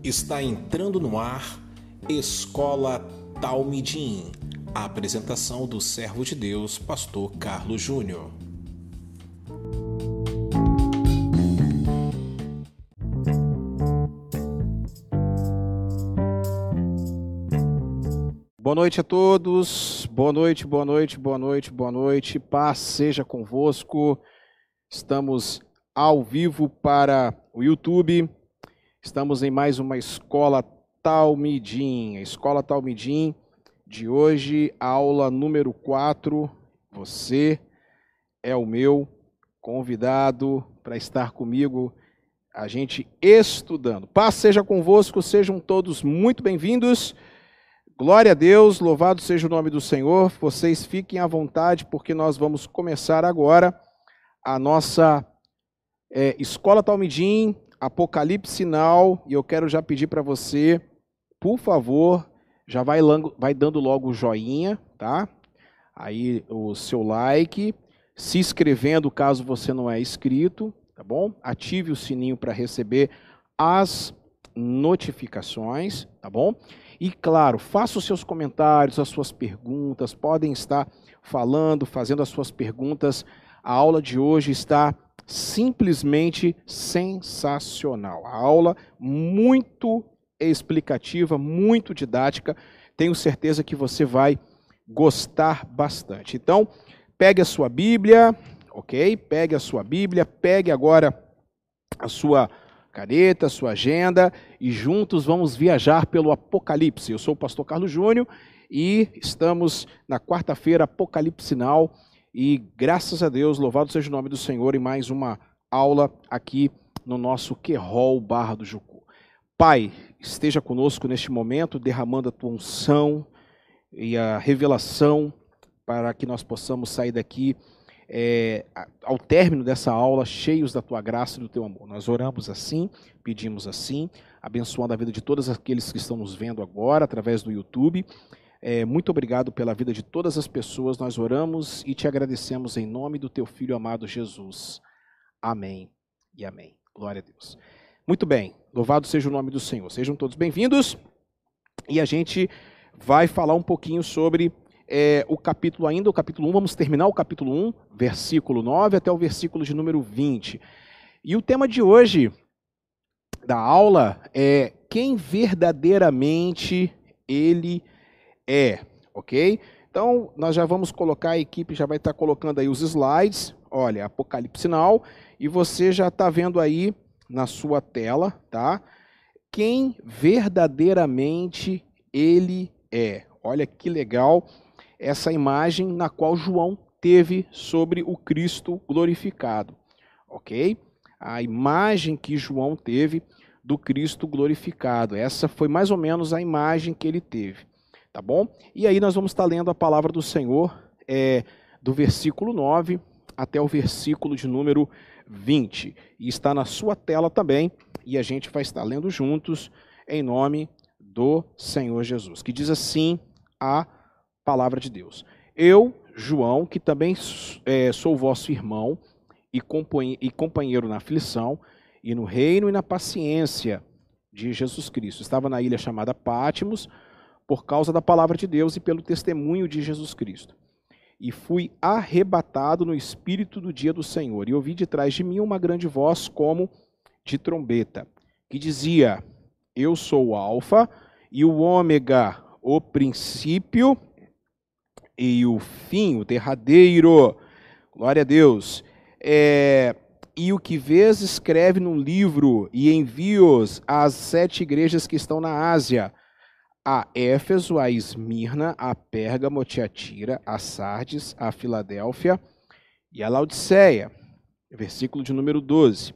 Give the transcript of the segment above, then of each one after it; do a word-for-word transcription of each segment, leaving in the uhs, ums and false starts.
Está entrando no ar Escola Talmidim. A apresentação do servo de Deus, pastor Carlos Júnior. Boa noite a todos, boa noite, boa noite, boa noite, boa noite, paz seja convosco. Estamos ao vivo para o YouTube, estamos em mais uma Escola Talmidim, a Escola Talmidim de hoje, aula número quatro. Você é o meu convidado para estar comigo, a gente estudando. Paz seja convosco, sejam todos muito bem-vindos. Glória a Deus, louvado seja o nome do Senhor. Vocês fiquem à vontade, porque nós vamos começar agora a nossa é, Escola Talmidim, Apocalipse Now, e eu quero já pedir para você, por favor, já vai, vai dando logo o joinha, tá? Aí o seu like, se inscrevendo caso você não é inscrito, tá bom? Ative o sininho para receber as notificações, tá bom? E claro, faça os seus comentários, as suas perguntas, podem estar falando, fazendo as suas perguntas. A aula de hoje está simplesmente sensacional. A aula muito explicativa, muito didática. Tenho certeza que você vai gostar bastante. Então, pegue a sua Bíblia, ok? Pegue a sua Bíblia, pegue agora a sua caneta, sua agenda, e juntos vamos viajar pelo Apocalipse. Eu sou o pastor Carlos Júnior e estamos na quarta-feira, Apocalipse Now, e graças a Deus, louvado seja o nome do Senhor, em mais uma aula aqui no nosso Querol Barra do Jucu. Pai, esteja conosco neste momento, derramando a tua unção e a revelação para que nós possamos sair daqui É, ao término dessa aula, cheios da tua graça e do teu amor. Nós oramos assim, pedimos assim, abençoando a vida de todos aqueles que estão nos vendo agora, através do YouTube. É, muito obrigado pela vida de todas as pessoas, nós oramos e te agradecemos em nome do teu Filho amado Jesus. Amém e amém. Glória a Deus. Muito bem, louvado seja o nome do Senhor. Sejam todos bem-vindos e a gente vai falar um pouquinho sobre É, o capítulo ainda, o capítulo um, vamos terminar o capítulo um, versículo nove até o versículo de número vinte. E o tema de hoje da aula é quem verdadeiramente ele é, ok? Então, nós já vamos colocar, a equipe já vai estar colocando aí os slides, olha, Apocalipse Now, e você já está vendo aí na sua tela, tá? Quem verdadeiramente ele é. Olha que legal essa imagem na qual João teve sobre o Cristo glorificado, ok? A imagem que João teve do Cristo glorificado, essa foi mais ou menos a imagem que ele teve, tá bom? E aí nós vamos estar lendo a palavra do Senhor, é, do versículo nove até o versículo de número vinte, e está na sua tela também, e a gente vai estar lendo juntos, em nome do Senhor Jesus, que diz assim a palavra de Deus. Eu, João, que também é, sou vosso irmão e companheiro na aflição e no reino e na paciência de Jesus Cristo. Estava na ilha chamada Patmos por causa da palavra de Deus e pelo testemunho de Jesus Cristo. E fui arrebatado no espírito do dia do Senhor. E ouvi de trás de mim uma grande voz como de trombeta, que dizia: Eu sou o Alfa e o Ômega, o princípio e o fim, o derradeiro. Glória a Deus. É, e o que vês, escreve num livro e envia-os às sete igrejas que estão na Ásia: a Éfeso, a Esmirna, a Pérgamo, a Tiatira, a Sardes, a Filadélfia e a Laodiceia. Versículo de número doze.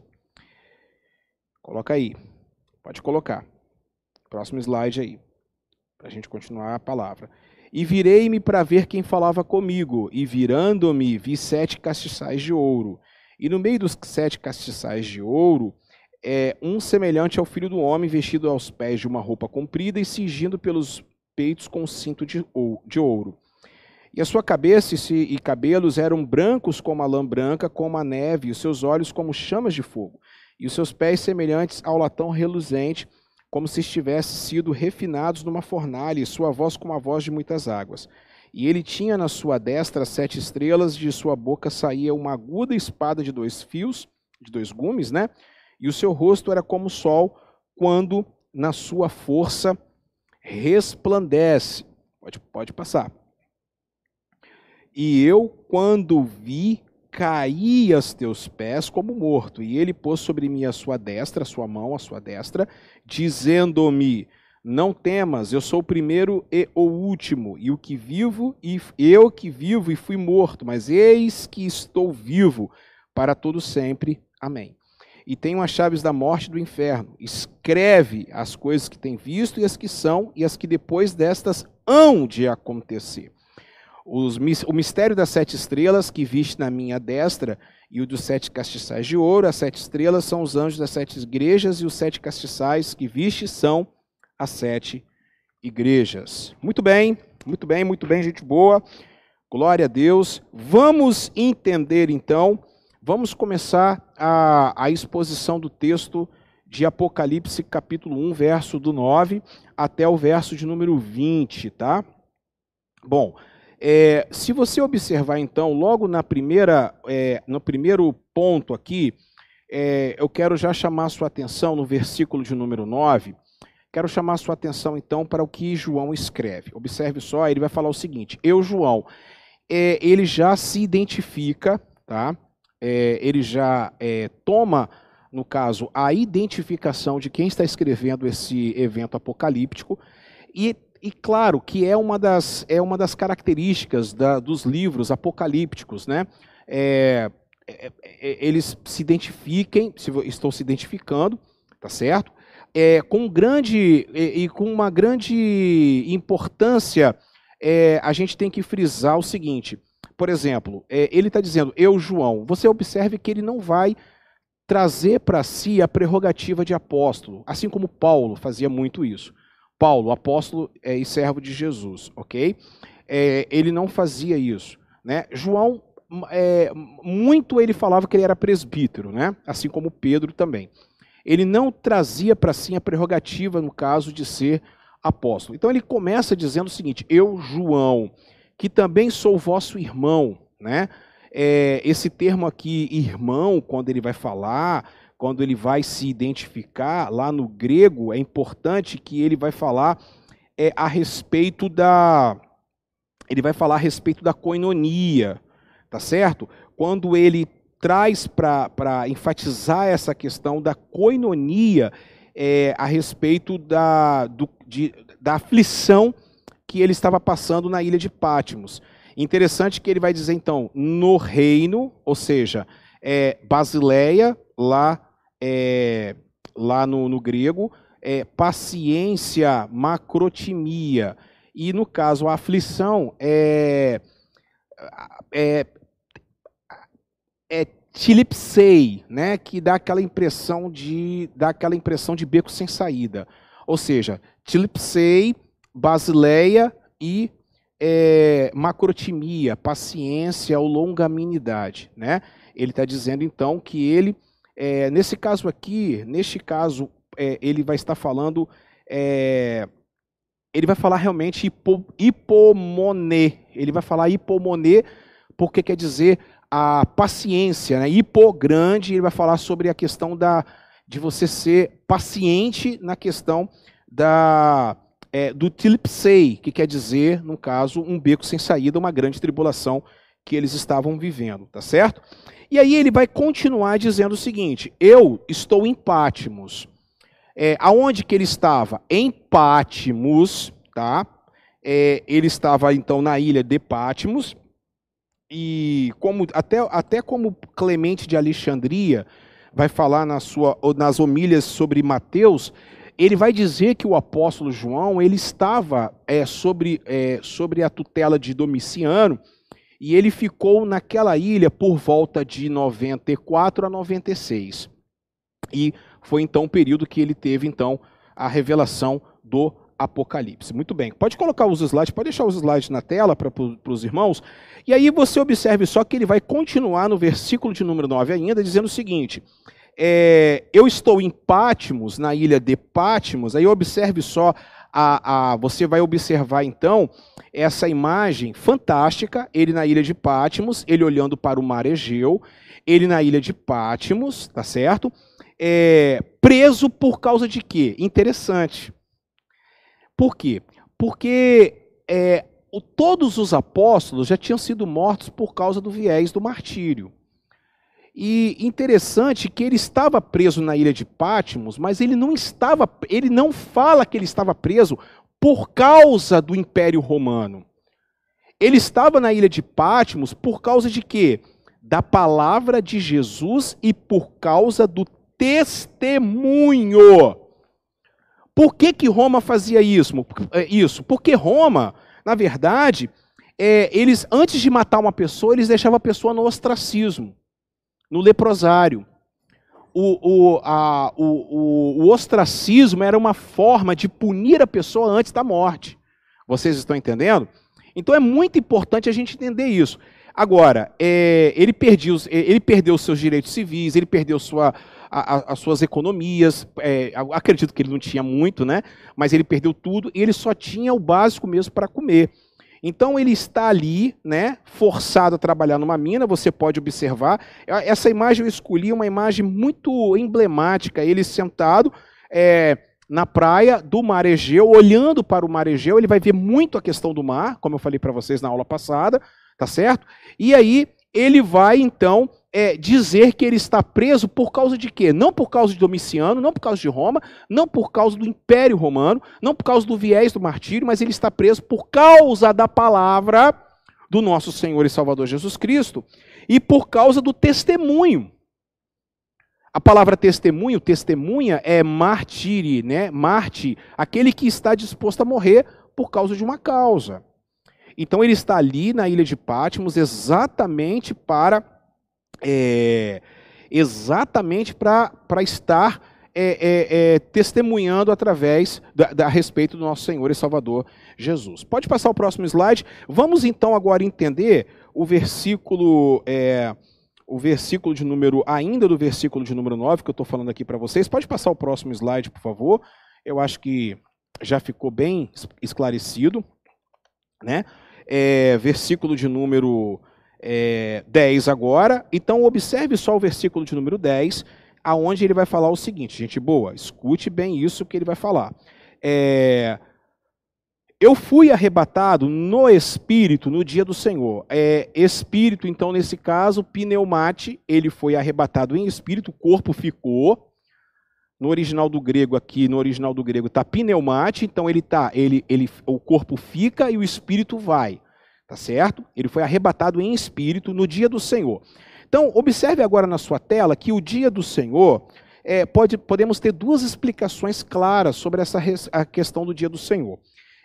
Coloca aí. Pode colocar. Próximo slide aí, para a gente continuar a palavra. E virei-me para ver quem falava comigo, e virando-me, vi sete castiçais de ouro. E no meio dos sete castiçais de ouro, é um semelhante ao Filho do Homem, vestido aos pés de uma roupa comprida e cingindo pelos peitos com um cinto de ouro. E a sua cabeça e cabelos eram brancos como a lã branca, como a neve, e os seus olhos como chamas de fogo. E os seus pés semelhantes ao latão reluzente, como se estivesse sido refinados numa fornalha, e sua voz como a voz de muitas águas. E ele tinha na sua destra sete estrelas, de sua boca saía uma aguda espada de dois fios, de dois gumes, né? E o seu rosto era como o sol, quando na sua força resplandece. Pode, pode passar. E eu, quando vi, caí aos teus pés como morto. E ele pôs sobre mim a sua destra, a sua mão, a sua destra, dizendo-me: não temas, eu sou o primeiro e o último, e o que vivo, e eu que vivo e fui morto, mas eis que estou vivo para todo sempre. Amém. E tenho as chaves da morte e do inferno. Escreve as coisas que tem visto e as que são, e as que depois destas hão de acontecer. Os, o mistério das sete estrelas que viste na minha destra e o dos sete castiçais de ouro. As sete estrelas são os anjos das sete igrejas, e os sete castiçais que viste são as sete igrejas. Muito bem, muito bem, muito bem, gente boa. Glória a Deus. Vamos entender então, vamos começar a, a exposição do texto de Apocalipse, capítulo um, verso do nove até o verso de número vinte, tá? Bom, É, se você observar, então, logo na primeira, é, no primeiro ponto aqui, é, eu quero já chamar a sua atenção no versículo de número nove, quero chamar a sua atenção, então, para o que João escreve. Observe só, ele vai falar o seguinte: eu, João, é, ele já se identifica, tá? É, ele já é, toma, no caso, a identificação de quem está escrevendo esse evento apocalíptico, e E claro que é uma das, é uma das características da, dos livros apocalípticos, né? É, é, é, eles se identifiquem, se estão se identificando, tá certo? É, com grande e, e com uma grande importância, é, a gente tem que frisar o seguinte. Por exemplo, é, ele está dizendo, eu, João, você observe que ele não vai trazer para si a prerrogativa de apóstolo, assim como Paulo fazia muito isso. Paulo, apóstolo é, e servo de Jesus, ok? É, ele não fazia isso, né? João, é, muito ele falava que ele era presbítero, né? Assim como Pedro também. Ele não trazia para si a prerrogativa, no caso, de ser apóstolo. Então ele começa dizendo o seguinte: eu, João, que também sou vosso irmão, né? É, esse termo aqui, irmão, quando ele vai falar, quando ele vai se identificar, lá no grego, é importante que ele vai falar é, a respeito da... Ele vai falar a respeito da koinonia, tá certo? Quando ele traz para enfatizar essa questão da koinonia é, a respeito da, do, de, da aflição que ele estava passando na ilha de Patmos. Interessante que ele vai dizer, então, no reino, ou seja, é, Basileia, lá, é, lá no, no grego, é, paciência, macrotimia. E, no caso, a aflição é, é, é tilipsei, né, que dá aquela impressão de, dá aquela impressão de beco sem saída. Ou seja, tilipsei, basileia e é, macrotimia, paciência ou longanimidade, né? Ele está dizendo, então, que ele, é, nesse caso aqui, neste caso, é, ele vai estar falando, é, ele vai falar realmente hipo, hipomoné, ele vai falar hipomoné porque quer dizer a paciência, né? Hipo, grande, ele vai falar sobre a questão da, de você ser paciente na questão da... É, do tilipsei, que quer dizer, no caso, um beco sem saída, uma grande tribulação que eles estavam vivendo, tá certo? E aí ele vai continuar dizendo o seguinte, eu estou em Patmos. É, aonde que ele estava? Em Patmos, tá? É, ele estava, então, na ilha de Patmos, e como, até, até como Clemente de Alexandria vai falar na sua, nas homilhas sobre Mateus, ele vai dizer que o apóstolo João ele estava é, sobre, é, sobre a tutela de Domiciano e ele ficou naquela ilha por volta de noventa e quatro a noventa e seis. E foi então o período que ele teve então a revelação do Apocalipse. Muito bem, pode colocar os slides, pode deixar os slides na tela para os irmãos. E aí você observe só que ele vai continuar no versículo de número nove ainda, dizendo o seguinte... é, eu estou em Patmos, na ilha de Patmos, aí observe só, a, a, você vai observar então essa imagem fantástica, ele na ilha de Patmos, ele olhando para o mar Egeu, ele na ilha de Patmos, tá certo? É, preso por causa de quê? Interessante. Por quê? Porque é, o, todos os apóstolos já tinham sido mortos por causa do viés do martírio. E interessante que ele estava preso na ilha de Patmos, mas ele não estava, ele não fala que ele estava preso por causa do Império Romano. Ele estava na ilha de Patmos por causa de quê? Da palavra de Jesus e por causa do testemunho. Por que que Roma fazia isso? Isso, porque Roma, na verdade, é, eles antes de matar uma pessoa, eles deixavam a pessoa no ostracismo, no leprosário. O, o, a, o, o, o ostracismo era uma forma de punir a pessoa antes da morte. Vocês estão entendendo? Então é muito importante a gente entender isso. Agora, é, ele, perdeu, ele perdeu os seus direitos civis, ele perdeu sua, a, a, as suas economias, é, acredito que ele não tinha muito, né? Mas ele perdeu tudo e ele só tinha o básico mesmo para comer. Então ele está ali, né, forçado a trabalhar numa mina, você pode observar. Essa imagem eu escolhi, uma imagem muito emblemática, ele sentado é, na praia do mar Egeu, olhando para o mar Egeu, ele vai ver muito a questão do mar, como eu falei para vocês na aula passada, tá certo? E aí ele vai então é, dizer que ele está preso por causa de quê? Não por causa de Domiciano, não por causa de Roma, não por causa do Império Romano, não por causa do viés do martírio, mas ele está preso por causa da palavra do nosso Senhor e Salvador Jesus Cristo e por causa do testemunho. A palavra testemunho, testemunha é martiri, né? Marte, aquele que está disposto a morrer por causa de uma causa. Então ele está ali na ilha de Patmos exatamente para é, exatamente para para estar é, é, é, testemunhando através da, da a respeito do nosso Senhor e Salvador Jesus. Pode passar o próximo slide. Vamos então agora entender o versículo é, o versículo de número ainda do versículo de número nove que eu estou falando aqui para vocês. Pode passar o próximo slide, por favor. Eu acho que já ficou bem esclarecido, né? É, versículo de número é, dez agora. Então observe só o versículo de número dez, aonde ele vai falar o seguinte, gente boa, escute bem isso que ele vai falar. É, eu fui arrebatado no Espírito no dia do Senhor. É, espírito, então, nesse caso, pneumate, ele foi arrebatado em Espírito, o corpo ficou. No original do grego aqui, no original do grego está pneumate, então ele tá, ele, ele, o corpo fica e o espírito vai, tá certo? Ele foi arrebatado em espírito no dia do Senhor. Então, observe agora na sua tela que o dia do Senhor, é, pode, podemos ter duas explicações claras sobre essa a questão do dia do Senhor.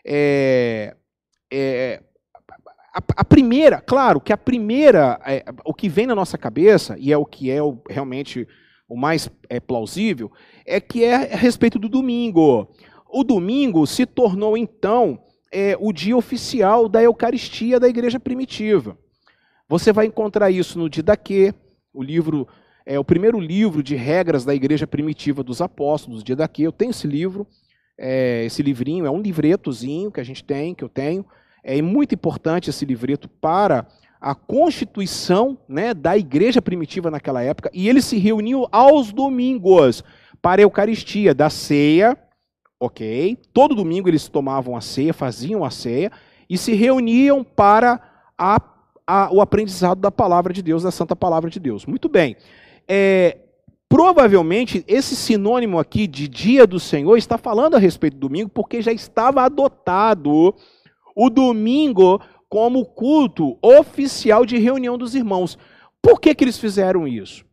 É, é, a, a primeira, claro que a primeira, é, o que vem na nossa cabeça, e é o que é o, realmente o mais é, plausível, é que é a respeito do domingo. O domingo se tornou, então, é, o dia oficial da Eucaristia da igreja primitiva. Você vai encontrar isso no Didaquê, o livro, é, o primeiro livro de regras da igreja primitiva dos apóstolos, Didaquê. Eu tenho esse livro, é, esse livrinho, é um livretozinho que a gente tem, que eu tenho. É muito importante esse livreto para a constituição, né, da igreja primitiva naquela época, e eles se reuniam aos domingos para a Eucaristia, da ceia, ok? Todo domingo eles tomavam a ceia, faziam a ceia, e se reuniam para a, a, o aprendizado da palavra de Deus, da santa palavra de Deus. Muito bem. É, provavelmente, esse sinônimo aqui de dia do Senhor está falando a respeito do domingo, porque já estava adotado o domingo como culto oficial de reunião dos irmãos. Por que que eles fizeram isso?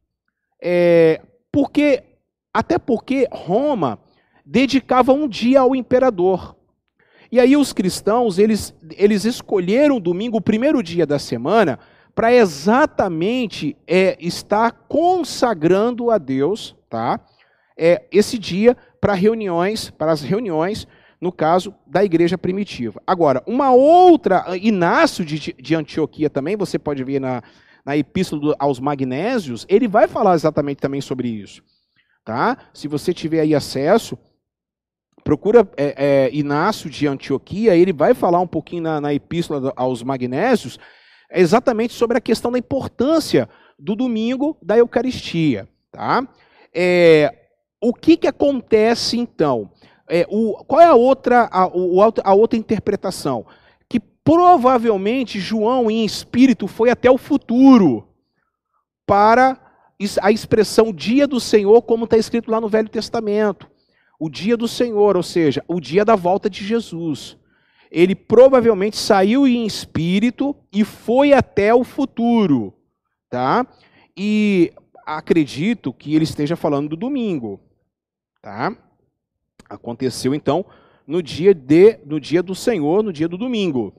É, porque, até porque Roma dedicava um dia ao imperador. E aí os cristãos, eles, eles escolheram o domingo, o primeiro dia da semana, para exatamente é, estar consagrando a Deus, tá? É, esse dia para reuniões, para as reuniões, no caso da igreja primitiva. Agora, uma outra, Inácio de, de Antioquia também, você pode ver na, na Epístola aos Magnésios, ele vai falar exatamente também sobre isso. Tá? Se você tiver aí acesso, procura é, é, Inácio de Antioquia, ele vai falar um pouquinho na, na Epístola aos Magnésios, exatamente sobre a questão da importância do domingo da Eucaristia. Tá? É, o que, que acontece então? É, o, qual é a outra, a, o, a outra interpretação? Que provavelmente João, em espírito, foi até o futuro para a expressão dia do Senhor, como está escrito lá no Velho Testamento. O dia do Senhor, ou seja, o dia da volta de Jesus. Ele provavelmente saiu em espírito e foi até o futuro. Tá? E acredito que ele esteja falando do domingo. Tá? Aconteceu, então, no dia, de, no dia do Senhor, no dia do domingo.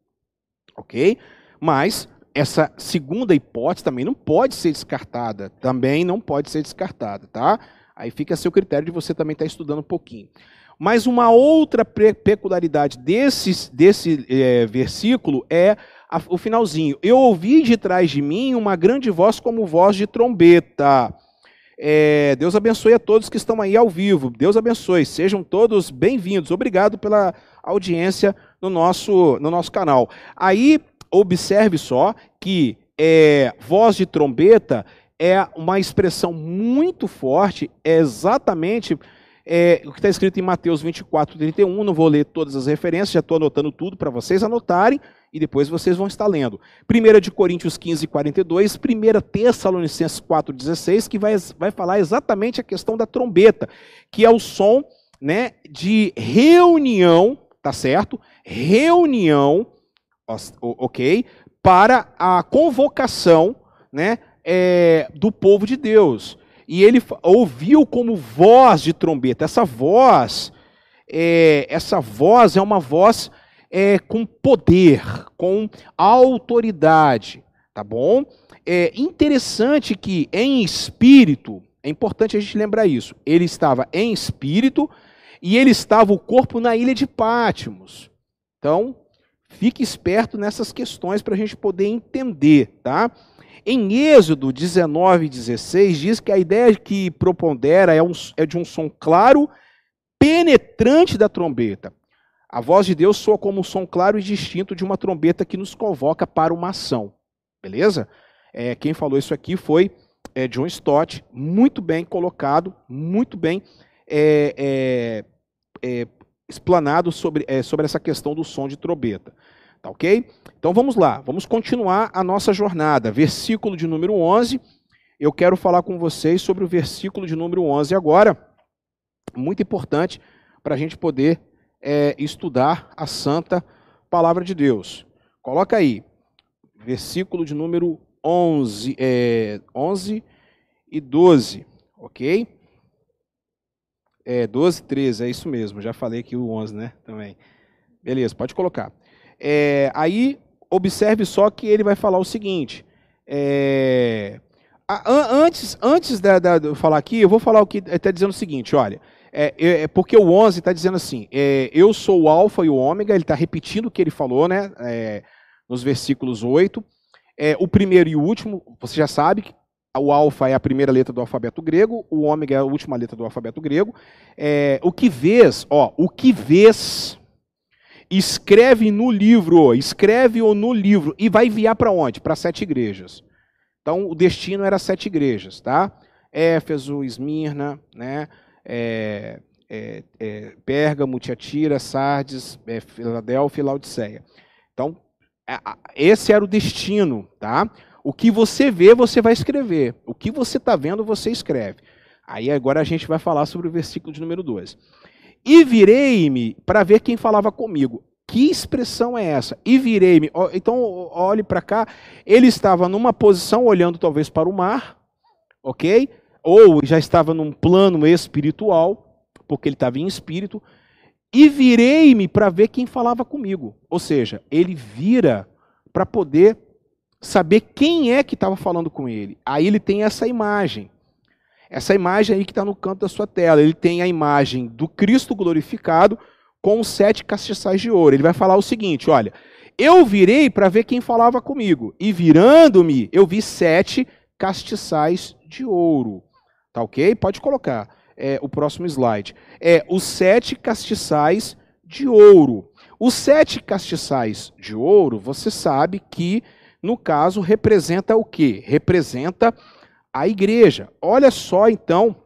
Ok? Mas essa segunda hipótese também não pode ser descartada. Também não pode ser descartada, tá? Aí fica a seu critério de você também estar estudando um pouquinho. Mas uma outra peculiaridade desse, desse é, versículo é a, o finalzinho. Eu ouvi de trás de mim uma grande voz como voz de trombeta. É, Deus abençoe a todos que estão aí ao vivo. Deus abençoe. Sejam todos bem-vindos. Obrigado pela audiência no nosso, no nosso canal. Aí, observe só que é, voz de trombeta é uma expressão muito forte, é exatamente é, o que está escrito em Mateus vinte e quatro, trinta e um. Não vou ler todas as referências, já estou anotando tudo para vocês anotarem e depois vocês vão estar lendo. primeira de Coríntios quinze, quarenta e dois, primeira Tessalonicenses quatro, dezesseis, que vai, vai falar exatamente a questão da trombeta, que é o som, né, de reunião, tá certo? Reunião, ok? Para a convocação, né, é, do povo de Deus. E ele ouviu como voz de trombeta. Essa voz, é, essa voz é uma voz é, com poder, com autoridade, tá bom? É interessante que em espírito, é importante a gente lembrar isso, ele estava em espírito e ele estava o corpo na ilha de Pátimos. Então, fique esperto nessas questões para a gente poder entender, tá? Em Êxodo dezenove, dezesseis, diz que a ideia que propondera é, um, é de um som claro, penetrante da trombeta. A voz de Deus soa como um som claro e distinto de uma trombeta que nos convoca para uma ação. Beleza? É, quem falou isso aqui foi é, John Stott, muito bem colocado, muito bem é, é, é, explanado sobre, é, sobre essa questão do som de trombeta. Tá ok? Então vamos lá, vamos continuar a nossa jornada. Versículo de número onze, eu quero falar com vocês sobre o versículo de número onze agora, muito importante para a gente poder é, estudar a santa palavra de Deus. Coloca aí, versículo de número onze, é, onze e doze, ok? É, doze, treze, é isso mesmo, já falei aqui o onze, né, também. Beleza, pode colocar. É, aí, observe só que ele vai falar o seguinte, é, a, antes, antes de, de, de eu falar aqui, eu vou falar o que está dizendo o seguinte, olha, é, é, porque o onze está dizendo assim, é, eu sou o alfa e o ômega, ele está repetindo o que ele falou, né, é, nos versículos oito, é, o primeiro e o último, você já sabe que o alfa é a primeira letra do alfabeto grego, o ômega é a última letra do alfabeto grego, é, o que vês, ó, o que vês, escreve no livro, escreve-o no livro, e vai enviar para onde? Para sete igrejas. Então, o destino era sete igrejas, tá? Éfeso, Esmirna, né? É, é, é, Pérgamo, Tiatira, Sardes, é, Filadélfia e Laodiceia. Então, esse era o destino, tá? O que você vê, você vai escrever. O que você está vendo, você escreve. Aí agora a gente vai falar sobre o versículo de número doze. E virei-me para ver quem falava comigo. Que expressão é essa? E virei-me. Então, olhe para cá. Ele estava numa posição, olhando talvez para o mar, ok? Ou já estava num plano espiritual, porque ele estava em espírito. E virei-me para ver quem falava comigo. Ou seja, ele vira para poder saber quem é que estava falando com ele. Aí ele tem essa imagem. Essa imagem aí que está no canto da sua tela, ele tem a imagem do Cristo glorificado com os sete castiçais de ouro. Ele vai falar o seguinte, olha, Eu virei para ver quem falava comigo, e virando-me, eu vi sete castiçais de ouro. Tá ok? Pode colocar é, o próximo slide. É, os sete castiçais de ouro. Os sete castiçais de ouro, você sabe que, no caso, representa o quê? Representa a igreja. Olha só, então,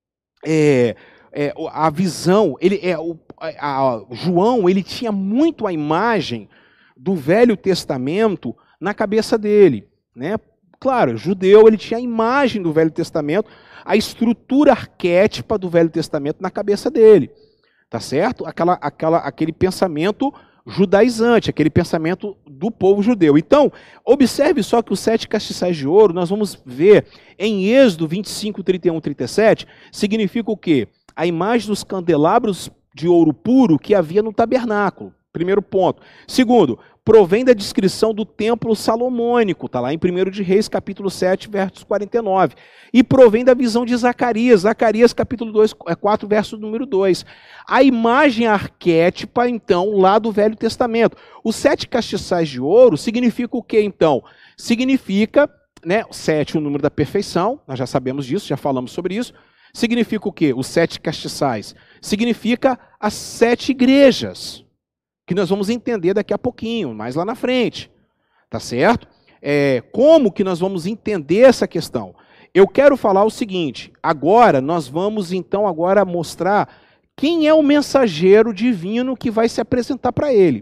é, é, a visão, ele, é, o, a, a, João ele tinha muito a imagem do Velho Testamento na cabeça dele, né? Claro, judeu, ele tinha a imagem do Velho Testamento, a estrutura arquétipa do Velho Testamento na cabeça dele, tá certo? Aquela, aquela, aquele pensamento judaizante, aquele pensamento do povo judeu. Então, observe só que os sete castiçais de ouro, nós vamos ver em Êxodo vinte e cinco, trinta e um, trinta e sete, significa o quê? A imagem dos candelabros de ouro puro que havia no tabernáculo. Primeiro ponto. Segundo, provém da descrição do templo salomônico, está lá em primeiro de Reis, capítulo sete, versos quarenta e nove. E provém da visão de Zacarias, Zacarias, capítulo dois, quatro, verso número dois. A imagem arquétipa, então, lá do Velho Testamento. Os sete castiçais de ouro significa o quê, então? Significa, né, sete, o número da perfeição, nós já sabemos disso, já falamos sobre isso. Significa o quê? Os sete castiçais. Significa as sete igrejas, que nós vamos entender daqui a pouquinho, mais lá na frente, tá certo? É, como que nós vamos entender essa questão? Eu quero falar o seguinte, agora nós vamos então agora mostrar quem é o mensageiro divino que vai se apresentar para ele.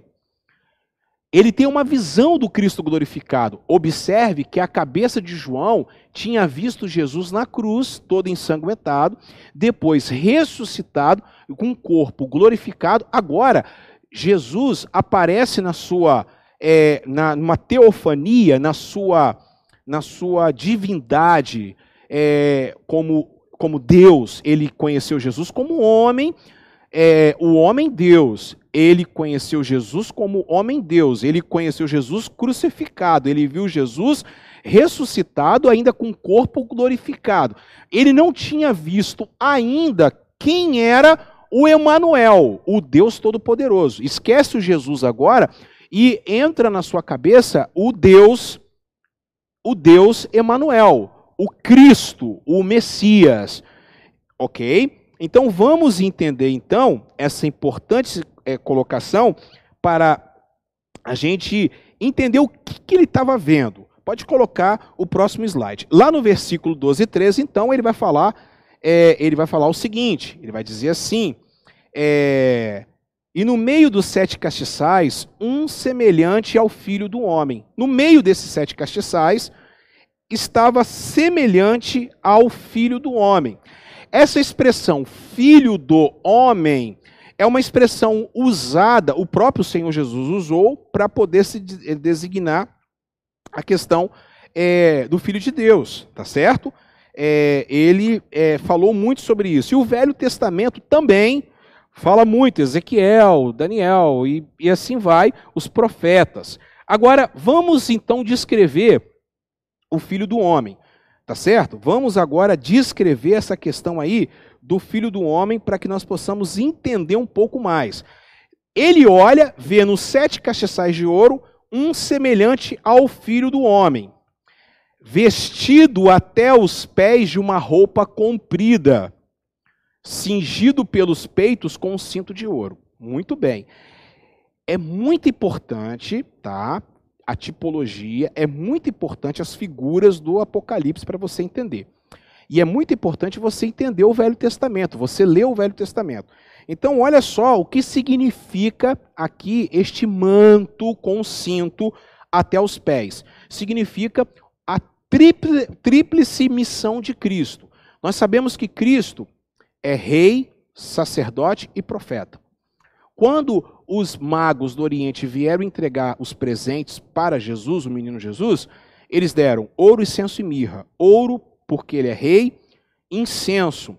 Ele tem uma visão do Cristo glorificado. Observe que a cabeça de João tinha visto Jesus na cruz, todo ensanguentado, depois ressuscitado, com um corpo glorificado. Agora, Jesus aparece na sua, é, na, numa teofania, na sua, na sua divindade, é, como, como Deus. Ele conheceu Jesus como homem, é, o homem Deus. Ele conheceu Jesus como homem Deus. Ele conheceu Jesus crucificado. Ele viu Jesus ressuscitado, ainda com corpo glorificado. Ele não tinha visto ainda quem era o Emanuel, o Deus Todo-Poderoso. Esquece o Jesus agora e entra na sua cabeça o Deus, o Deus Emanuel, o Cristo, o Messias. Ok? Então vamos entender então essa importante é, colocação para a gente entender o que, que ele estava vendo. Pode colocar o próximo slide. Lá no versículo doze e treze, então, ele vai falar, é, ele vai falar o seguinte, ele vai dizer assim, É, e no meio dos sete castiçais, um semelhante ao filho do homem. No meio desses sete castiçais, estava semelhante ao filho do homem. Essa expressão, filho do homem, é uma expressão usada, o próprio Senhor Jesus usou, para poder se designar a questão é, do Filho de Deus, tá certo? É, ele é, falou muito sobre isso. E o Velho Testamento também fala muito, Ezequiel, Daniel, e, e assim vai, os profetas. Agora, vamos então descrever o Filho do Homem, tá certo? Vamos agora descrever essa questão aí do Filho do Homem para que nós possamos entender um pouco mais. Ele olha, vê nos sete castiçais de ouro um semelhante ao Filho do Homem, vestido até os pés de uma roupa comprida, cingido pelos peitos com um cinto de ouro. Muito bem. É muito importante, tá? A tipologia, é muito importante as figuras do Apocalipse para você entender. E é muito importante você entender o Velho Testamento, você lê o Velho Testamento. Então, olha só o que significa aqui este manto com cinto até os pés. Significa a tríplice, tríplice missão de Cristo. Nós sabemos que Cristo é rei, sacerdote e profeta. Quando os magos do Oriente vieram entregar os presentes para Jesus, o menino Jesus, eles deram ouro, incenso e mirra. Ouro, porque ele é rei, incenso,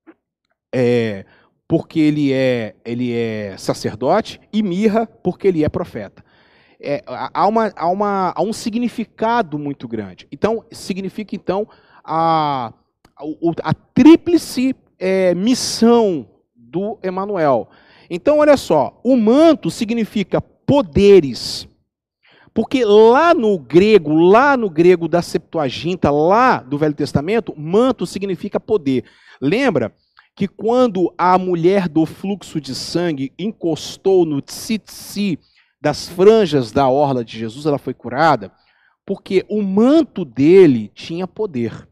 é, porque ele é, ele é sacerdote, e mirra, porque ele é profeta. É, há, uma, há, uma, há um significado muito grande. Então, significa, então, a, a, a tríplice É, missão do Emanuel. Então, olha só, o manto significa poderes, Porque lá no grego, lá no grego da Septuaginta, lá do Velho Testamento, manto significa poder. Lembra que quando a mulher do fluxo de sangue encostou no tzitzi das franjas da orla de Jesus, ela foi curada? Porque o manto dele tinha poder.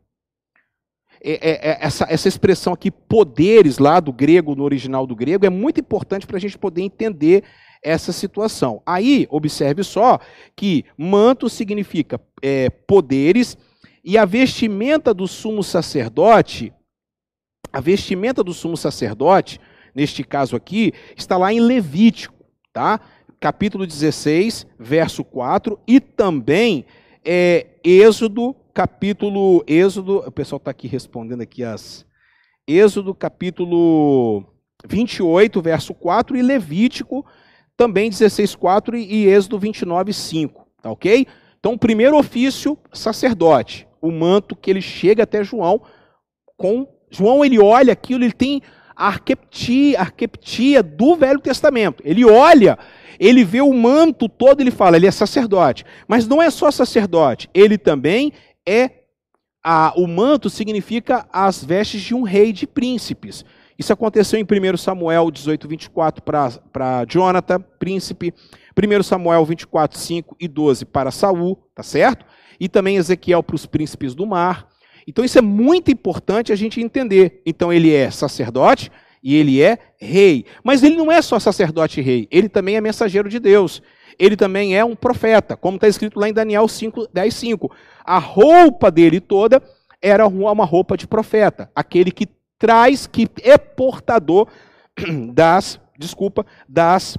É, é, essa, essa expressão aqui, poderes, lá do grego, no original do grego, é muito importante para a gente poder entender essa situação. Aí, observe só que manto significa é, poderes, e a vestimenta do sumo sacerdote, a vestimenta do sumo sacerdote, neste caso aqui, está lá em Levítico, tá? Capítulo dezesseis, verso quatro, e também é, Êxodo, capítulo, Êxodo, o pessoal está aqui respondendo aqui as, Êxodo capítulo vinte e oito, verso quatro, e Levítico também dezesseis, quatro e Êxodo vinte e nove, cinco, tá ok? Então, o primeiro ofício, sacerdote, o manto que ele chega até João, com João ele olha aquilo, ele tem a arqueptia, a arqueptia do Velho Testamento, ele olha, ele vê o manto todo, ele fala, ele é sacerdote, mas não é só sacerdote, ele também é, a, o manto significa as vestes de um rei de príncipes. Isso aconteceu em primeiro Samuel dezoito, vinte e quatro para Jonathan, príncipe, primeiro Samuel vinte e quatro, cinco e doze para Saul, tá certo? E também Ezequiel para os príncipes do mar. Então isso é muito importante a gente entender. Então ele é sacerdote e ele é rei. Mas ele não é só sacerdote e rei, ele também é mensageiro de Deus. Ele também é um profeta, como está escrito lá em Daniel cinco, dez, cinco. A roupa dele toda era uma roupa de profeta, aquele que traz, que é portador das, desculpa, das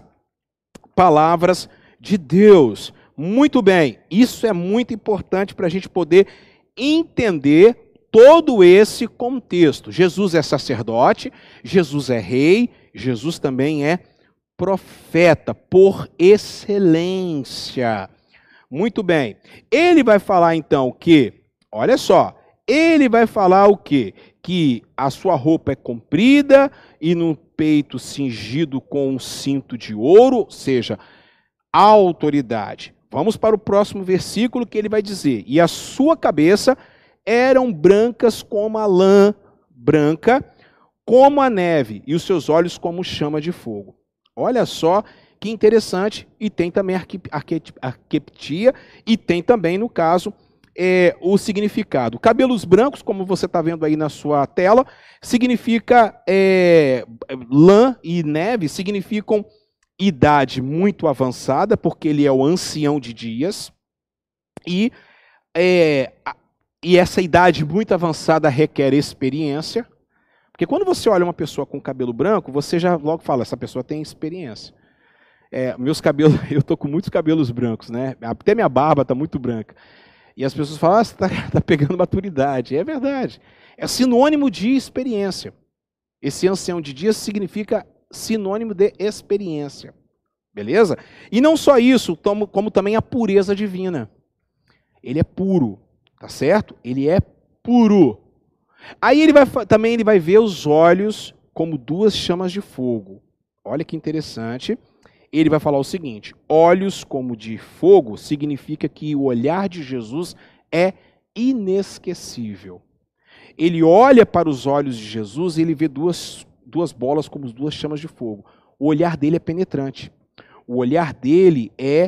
palavras de Deus. Muito bem, isso é muito importante para a gente poder entender todo esse contexto. Jesus é sacerdote, Jesus é rei, Jesus também é profeta por excelência. Muito bem. Ele vai falar então que, olha só, ele vai falar o quê? Que a sua roupa é comprida e no peito cingido com um cinto de ouro, ou seja, autoridade. Vamos para o próximo versículo que ele vai dizer, e a sua cabeça eram brancas como a lã branca, como a neve, e os seus olhos como chama de fogo. Olha só que interessante, e tem também arqueptia, e tem também, no caso, é, o significado. Cabelos brancos, como você está vendo aí na sua tela, significa é, lã e neve, significam idade muito avançada, porque ele é o ancião de dias, e, é, e essa idade muito avançada requer experiência, porque quando você olha uma pessoa com cabelo branco, você já logo fala, essa pessoa tem experiência. É, meus cabelos, eu estou com muitos cabelos brancos, né? Até minha barba está muito branca. E as pessoas falam, ah, você está tá pegando maturidade. É verdade. É sinônimo de experiência. Esse ancião de dias significa sinônimo de experiência. Beleza? E não só isso, como, como também a pureza divina. Ele é puro, tá certo? Ele é puro. Aí ele vai, também ele vai ver os olhos como duas chamas de fogo. Olha que interessante. Ele vai falar o seguinte, olhos como de fogo significa que o olhar de Jesus é inesquecível. Ele olha para os olhos de Jesus e ele vê duas, duas bolas como duas chamas de fogo. O olhar dele é penetrante. O olhar dele é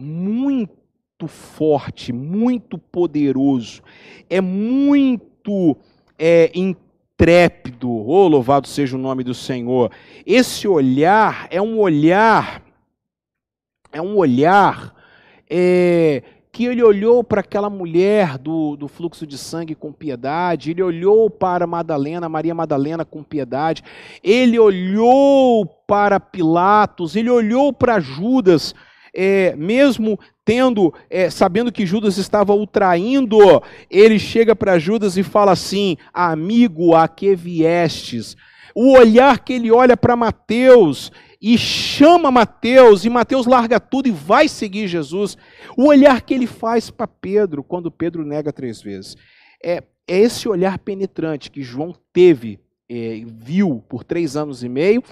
muito forte, muito poderoso. É muito é, intrépido. Oh, louvado seja o nome do Senhor. Esse olhar é um olhar... É um olhar é, que ele olhou para aquela mulher do, do fluxo de sangue com piedade, ele olhou para Madalena, Maria Madalena com piedade, ele olhou para Pilatos, ele olhou para Judas, é, mesmo tendo, é, sabendo que Judas estava o traindo, ele chega para Judas e fala assim, amigo, a que viestes? O olhar que ele olha para Mateus e chama Mateus, e Mateus larga tudo e vai seguir Jesus. O olhar que ele faz para Pedro, quando Pedro nega três vezes. É, é esse olhar penetrante que João teve, é, viu por três anos e meio,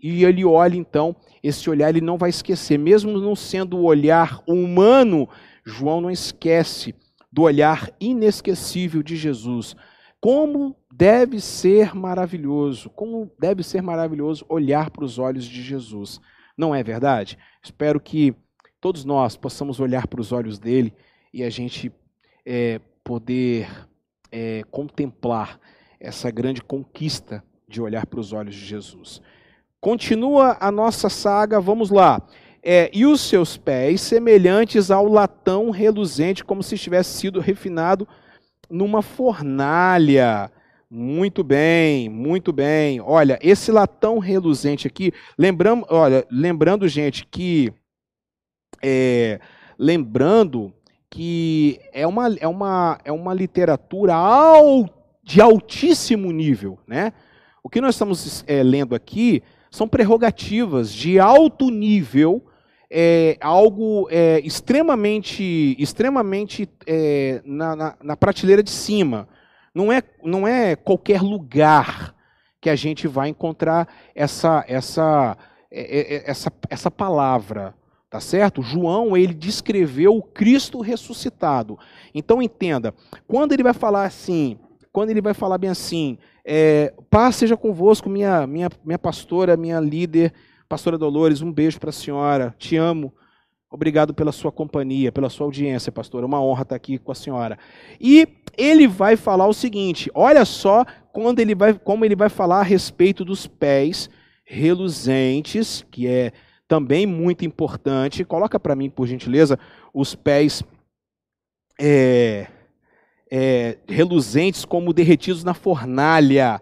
e ele olha então, esse olhar ele não vai esquecer, mesmo não sendo o olhar humano, João não esquece do olhar inesquecível de Jesus. Como deve ser maravilhoso, como deve ser maravilhoso olhar para os olhos de Jesus. Não é verdade? Espero que todos nós possamos olhar para os olhos dele e a gente é, poder é, contemplar essa grande conquista de olhar para os olhos de Jesus. Continua a nossa saga, vamos lá. É, e os seus pés semelhantes ao latão reluzente, como se tivesse sido refinado numa fornalha. Muito bem, muito bem. Olha, esse latão reluzente aqui, lembrando, olha, lembrando, gente, que é, lembrando que é uma, é uma, é uma literatura al, de altíssimo nível, né? O que nós estamos é, lendo aqui são prerrogativas de alto nível. É algo é, extremamente, extremamente é, na, na, na prateleira de cima. Não é, não é qualquer lugar que a gente vai encontrar essa, essa, essa, essa palavra, tá certo? João, ele descreveu o Cristo ressuscitado. Então entenda, quando ele vai falar assim, quando ele vai falar bem assim, é, paz seja convosco, minha, minha, minha pastora, minha líder, Pastora Dolores, um beijo para a senhora, te amo, obrigado pela sua companhia, pela sua audiência, pastora, uma honra estar aqui com a senhora. E ele vai falar o seguinte, olha só quando ele vai, como ele vai falar a respeito dos pés reluzentes, que é também muito importante. Coloca para mim, por gentileza, os pés é, é, reluzentes como derretidos na fornalha.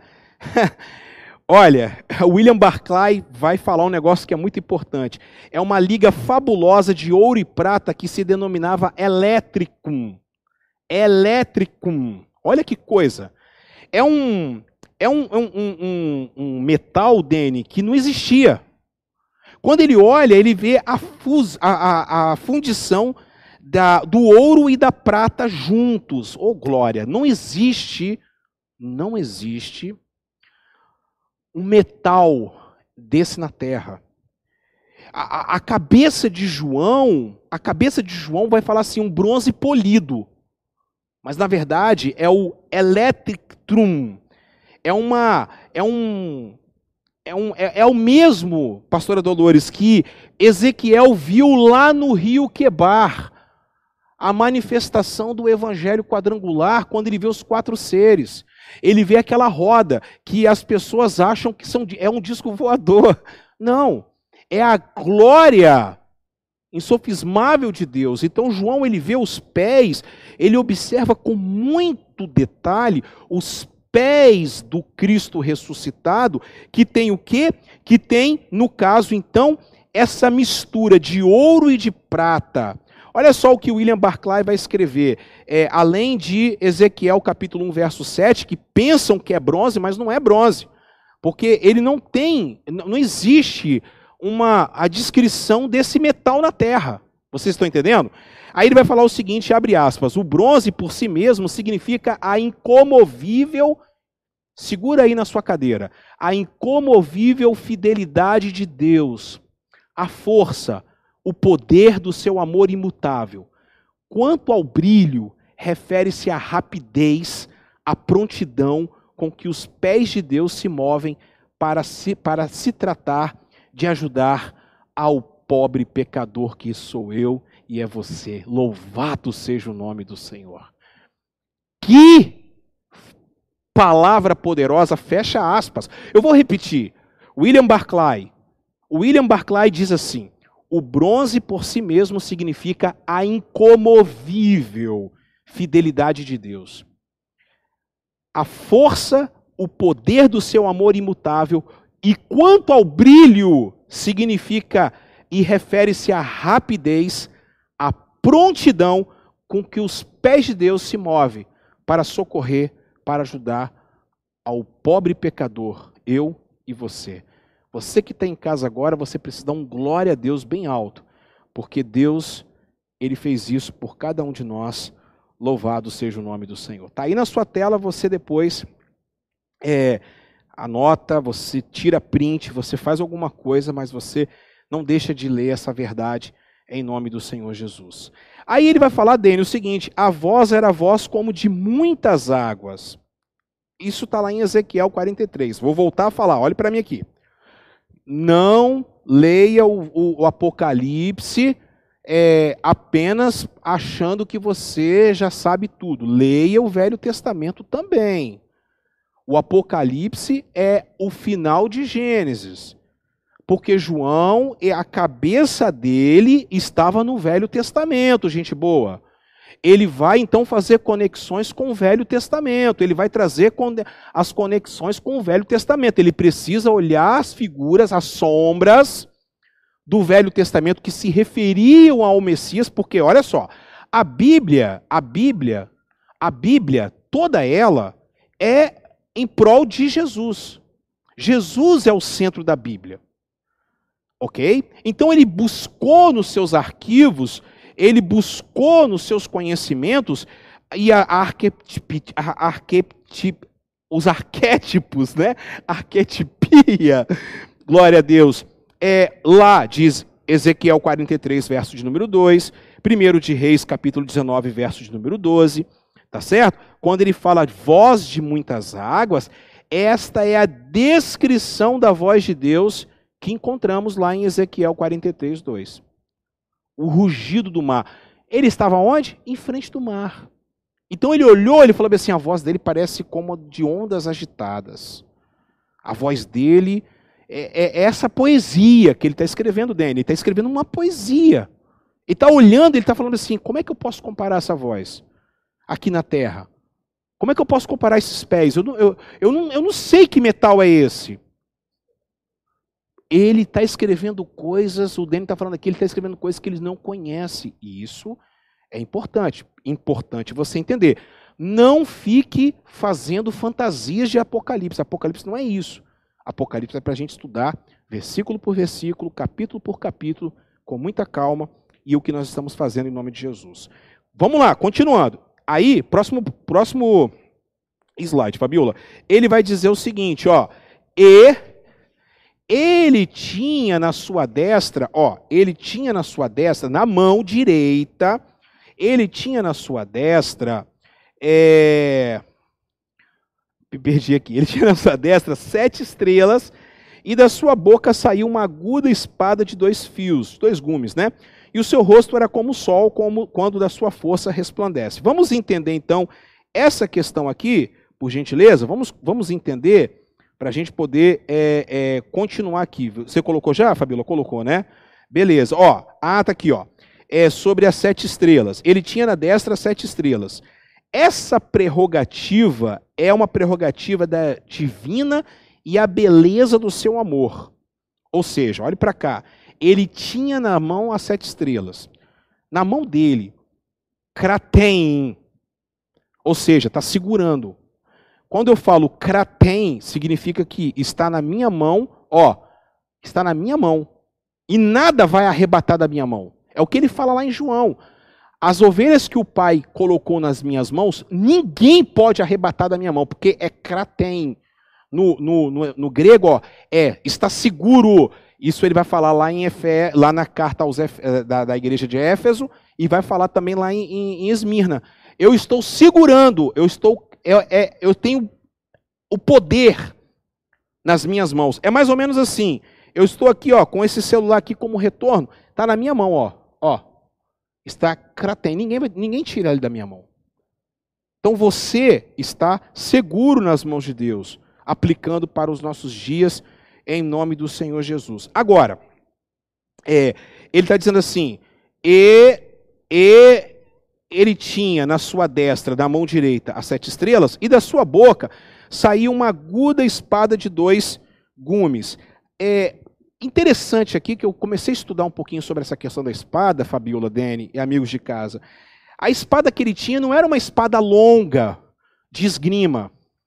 Olha, William Barclay vai falar um negócio que é muito importante. É uma liga fabulosa de ouro e prata que se denominava Electricum. Electricum. Olha que coisa. É um, é um, um, um, um metal, Dene, que não existia. Quando ele olha, ele vê a, fus, a, a, a fundição da, do ouro e da prata juntos. Oh, glória! Não existe, não existe um metal desse na terra. A, a, a cabeça de João, a cabeça de João vai falar assim, um bronze polido. Mas na verdade é o electrum. É uma, é um, é um, é, é o mesmo, pastora Dolores, que Ezequiel viu lá no rio Quebar, a manifestação do evangelho quadrangular, quando ele vê os quatro seres. Ele vê aquela roda que as pessoas acham que são, é um disco voador. Não, é a glória insofismável de Deus. Então João, ele vê os pés, ele observa com muito detalhe os pés do Cristo ressuscitado, que tem o quê? Que tem, no caso então, essa mistura de ouro e de prata. Olha só o que William Barclay vai escrever, é, além de Ezequiel capítulo um, verso sete, que pensam que é bronze, mas não é bronze, porque ele não tem, não existe uma, a descrição desse metal na terra. Vocês estão entendendo? Aí ele vai falar o seguinte, abre aspas, o bronze por si mesmo significa a incomovível, segura aí na sua cadeira, a incomovível fidelidade de Deus, a força, o poder do seu amor imutável. Quanto ao brilho, refere-se à rapidez, à prontidão com que os pés de Deus se movem para se, para se tratar de ajudar ao pobre pecador que sou eu e é você. Louvado seja o nome do Senhor. Que palavra poderosa, fecha aspas. Eu vou repetir. William Barclay. William Barclay diz assim, o bronze por si mesmo significa a incomovível fidelidade de Deus. A força, o poder do seu amor imutável, e quanto ao brilho, significa e refere-se à rapidez, à prontidão com que os pés de Deus se movem para socorrer, para ajudar ao pobre pecador, eu e você. Você que está em casa agora, você precisa dar um glória a Deus bem alto, porque Deus, Ele fez isso por cada um de nós, louvado seja o nome do Senhor. Está aí na sua tela, você depois é, anota, você tira print, você faz alguma coisa, mas você não deixa de ler essa verdade em nome do Senhor Jesus. Aí ele vai falar, Dene, o seguinte: a voz era voz como de muitas águas. Isso está lá em Ezequiel quarenta e três. Vou voltar a falar, olhe para mim aqui. Não leia o, o, o Apocalipse é, apenas achando que você já sabe tudo. Leia o Velho Testamento também. O Apocalipse é o final de Gênesis. Porque João, a cabeça dele estava no Velho Testamento, gente boa. Ele vai então fazer conexões com o Velho Testamento, ele vai trazer as conexões com o Velho Testamento. Ele precisa olhar as figuras, as sombras do Velho Testamento que se referiam ao Messias, porque olha só, a Bíblia, a Bíblia, a Bíblia, toda ela é em prol de Jesus. Jesus é o centro da Bíblia. Ok? Então ele buscou nos seus arquivos, ele buscou nos seus conhecimentos e a arquetip, a arquetip, os arquétipos, né? Arquetipia, glória a Deus. É, lá diz Ezequiel quarenta e três, verso de número dois, primeiro de Reis, capítulo dezenove, verso de número doze, tá certo? Quando ele fala voz de muitas águas, esta é a descrição da voz de Deus que encontramos lá em Ezequiel quarenta e três, dois. O rugido do mar. Ele estava onde? Em frente do mar. Então ele olhou, ele falou assim, a voz dele parece como de ondas agitadas. A voz dele é, é essa poesia que ele está escrevendo, Dani. Ele está escrevendo uma poesia. Ele está olhando, ele está falando assim, como é que eu posso comparar essa voz aqui na terra? Como é que eu posso comparar esses pés? Eu não, eu, eu não, eu não sei que metal é esse. Ele está escrevendo coisas, o Dani está falando aqui, ele está escrevendo coisas que eles não conhecem. E isso é importante. Importante você entender. Não fique fazendo fantasias de Apocalipse. Apocalipse não é isso. Apocalipse é para a gente estudar versículo por versículo, capítulo por capítulo, com muita calma, e o que nós estamos fazendo em nome de Jesus. Vamos lá, continuando. Aí, próximo, próximo slide, Fabiola. Ele vai dizer o seguinte, ó. E... ele tinha na sua destra, ó, ele tinha na sua destra, na mão direita, ele tinha na sua destra, é... me perdi aqui, ele tinha na sua destra sete estrelas, e da sua boca saiu uma aguda espada de dois fios, dois gumes, né? E o seu rosto era como o sol, como quando da sua força resplandece. Vamos entender então essa questão aqui, por gentileza, vamos, vamos entender... para a gente poder é, é, continuar aqui. Você colocou já, Fabíola? Colocou, né? Beleza. Ó, ah, tá aqui, ó. É sobre as sete estrelas. Ele tinha na destra sete estrelas. Essa prerrogativa é uma prerrogativa da divina e a beleza do seu amor. Ou seja, olhe para cá. Ele tinha na mão as sete estrelas. Na mão dele, Kratem. Ou seja, está segurando. Quando eu falo kratem, significa que está na minha mão, ó, está na minha mão. E nada vai arrebatar da minha mão. É o que ele fala lá em João. As ovelhas que o Pai colocou nas minhas mãos, ninguém pode arrebatar da minha mão, porque é kratem. No, no, no, no grego, ó, é, está seguro. Isso ele vai falar lá, em Efe, lá na carta aos Efe, da, da igreja de Éfeso, e vai falar também lá em, em, em Esmirna. Eu estou segurando, eu estou... Eu, é, eu tenho o poder nas minhas mãos. É mais ou menos assim. Eu estou aqui, ó, com esse celular aqui como retorno. Está na minha mão, ó. ó está kratem. Ninguém, ninguém tira ele da minha mão. Então você está seguro nas mãos de Deus, aplicando para os nossos dias, em nome do Senhor Jesus. Agora, é, ele está dizendo assim, e... e ele tinha na sua destra, na mão direita, as sete estrelas, e da sua boca saiu uma aguda espada de dois gumes. É interessante aqui que eu comecei a estudar um pouquinho sobre essa questão da espada, Fabiola, Dene e amigos de casa. A espada que ele tinha não era uma espada longa, de esgrima.